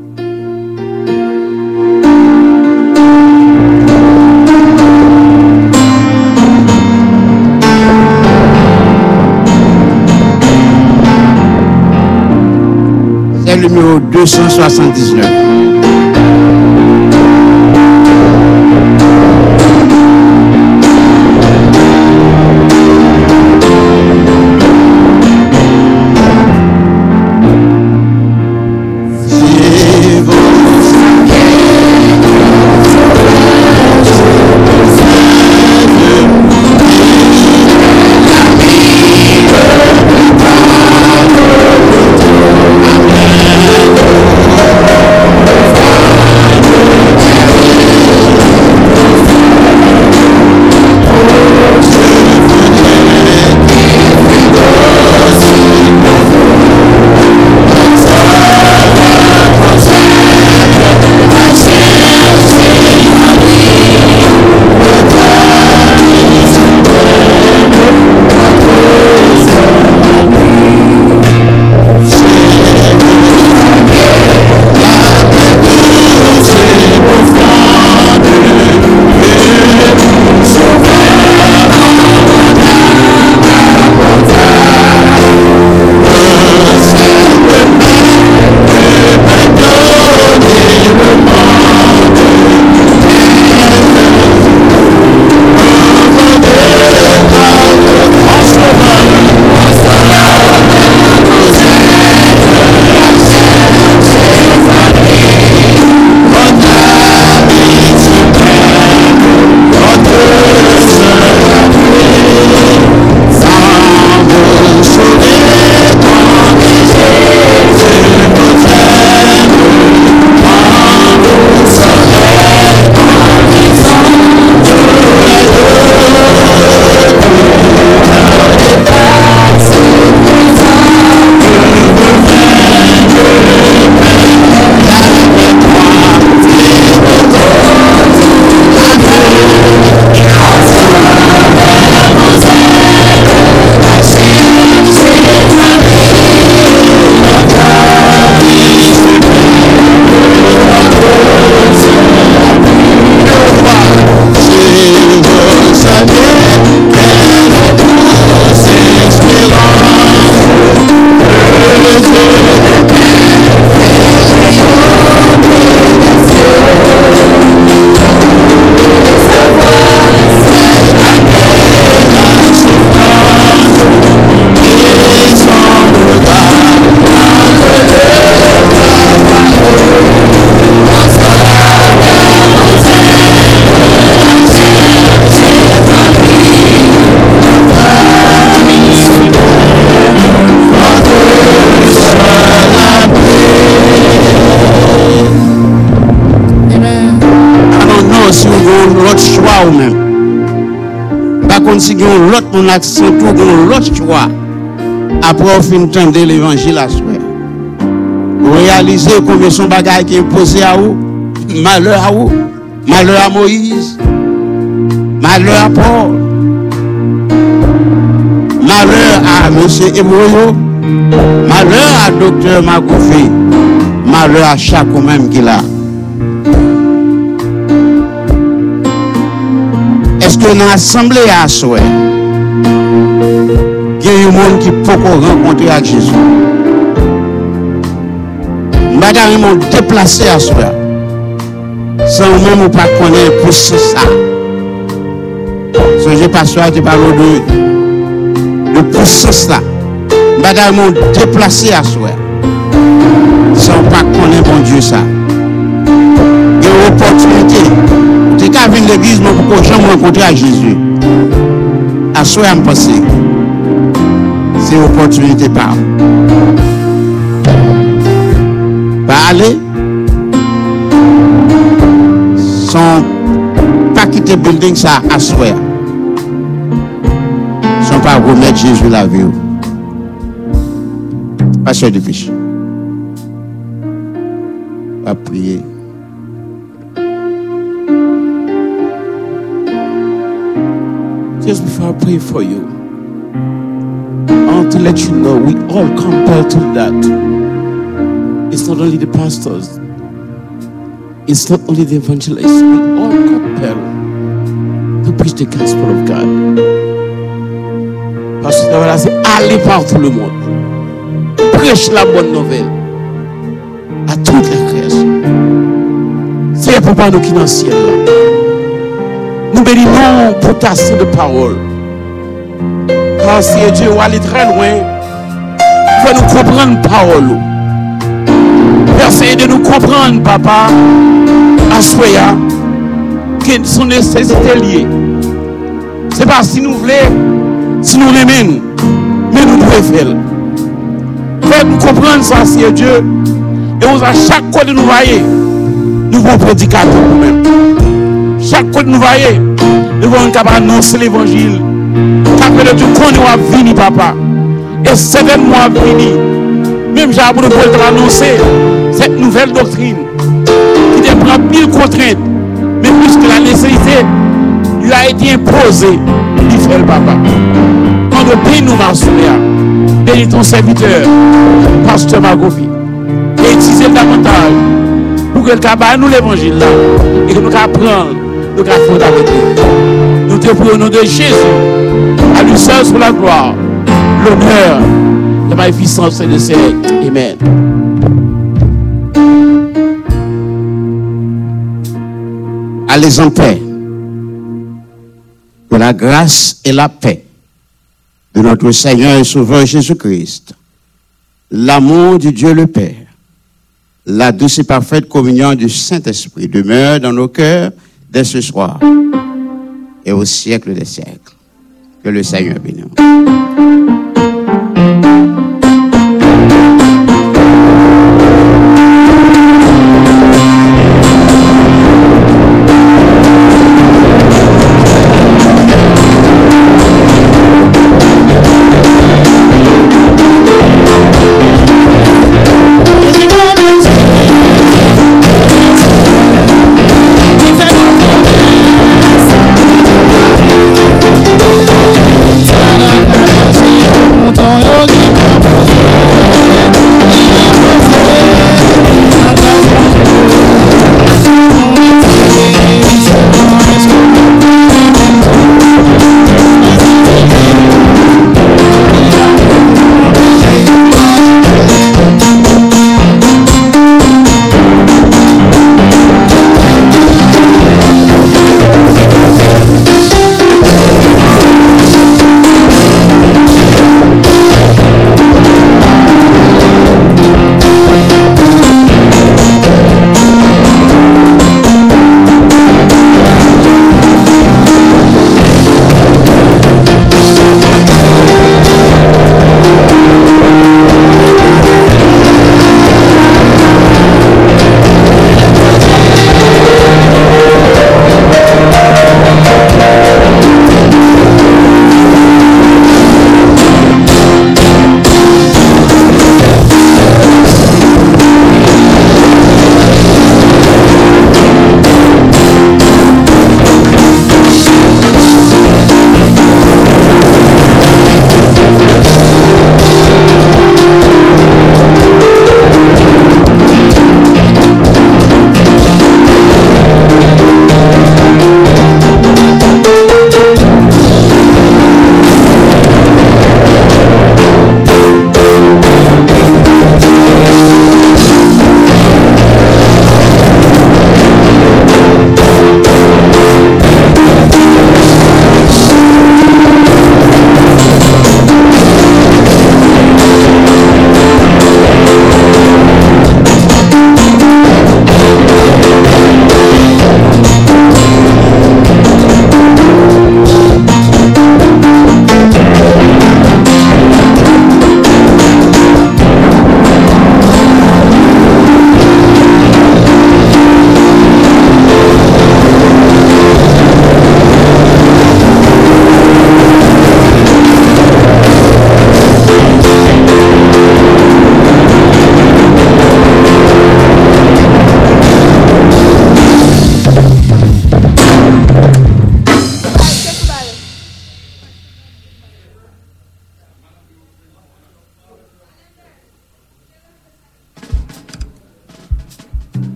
C'est le numéro 279. L'autre choix ou même. Par contre, si vous avez l'autre mon accent, vous avez l'autre choix. Après, vous finissez l'évangile à soi. Vous réalisez combien son bagage qui est imposé à vous. Malheur à vous. Malheur à Moïse. Malheur à Paul. Malheur à M. Emoyo. Malheur à Dr. Magoufi. Malheur à chaque même qui l'a. Est-ce que dans l'assemblée à soi, il y a un monde qui peut rencontrer avec Jésus? Madame, ils m'ont déplacé à soi. Sans même ou pas connaître pour ça. Ce que j'ai pas soif, tu parles de puissance là. Madame, ils m'ont déplacé à soi. Sans pas connaître mon Dieu ça. Il y a une opportunité. C'est qu'à venir l'église, mais pour que je rencontre à Jésus. À soi, à me passer. C'est une opportunité par. Pas aller. Sans pas quitter le building, ça à soi. Sans pas remettre Jésus la vie. Pasteur de péché. On va prier. Just before I pray for you, I want to let you know we all compelled to that. It's not only the pastors, it's not only the evangelists, we all compelled to preach the gospel of God. Parce que voilà, c'est aller partout le monde, prêche la bonne nouvelle à toute la création. C'est papa nous qui dans le ciel là. Nous bénissons pour ta sainte de parole. Car si Dieu va aller très loin, il faut nous comprendre la parole. Essayer de nous comprendre, papa, à Soya, que son nécessité liée. Ce n'est pas si nous voulons, si nous l'aimons, mais nous devons faire. Faites-nous comprendre ça, si Dieu. Et on a chaque côté nous voyez, nous voulons prédicateur nous-mêmes. Chaque côté nous voyez, nous voulons annoncer l'évangile. Car de Dieu, quand nous va venir, papa, et certainement venir. Même j'ai appris pour annoncer cette nouvelle doctrine qui dépend mille contraintes, mais puisque la nécessité lui a été imposée, il fait le papa. Quand nous bénissons nous marchons, bénis ton serviteur, pasteur Magofi, et utilisez davantage pour que le nous l'évangile là, et que nous apprenions, nous apprenions avec lui. Nous te prions au nom de Jésus, à lui seul sur la gloire, l'honneur, la magnificence et le siècle. Amen. Allez en paix. Que la grâce et la paix de notre Seigneur et Sauveur Jésus-Christ, l'amour du Dieu le Père, la douce et parfaite communion du Saint-Esprit demeure dans nos cœurs dès ce soir et au siècle des siècles. Que le Seigneur bénisse. Ta-da-da-da-da.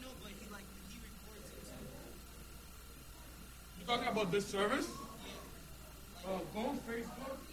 You talking about this service? Phone, Facebook?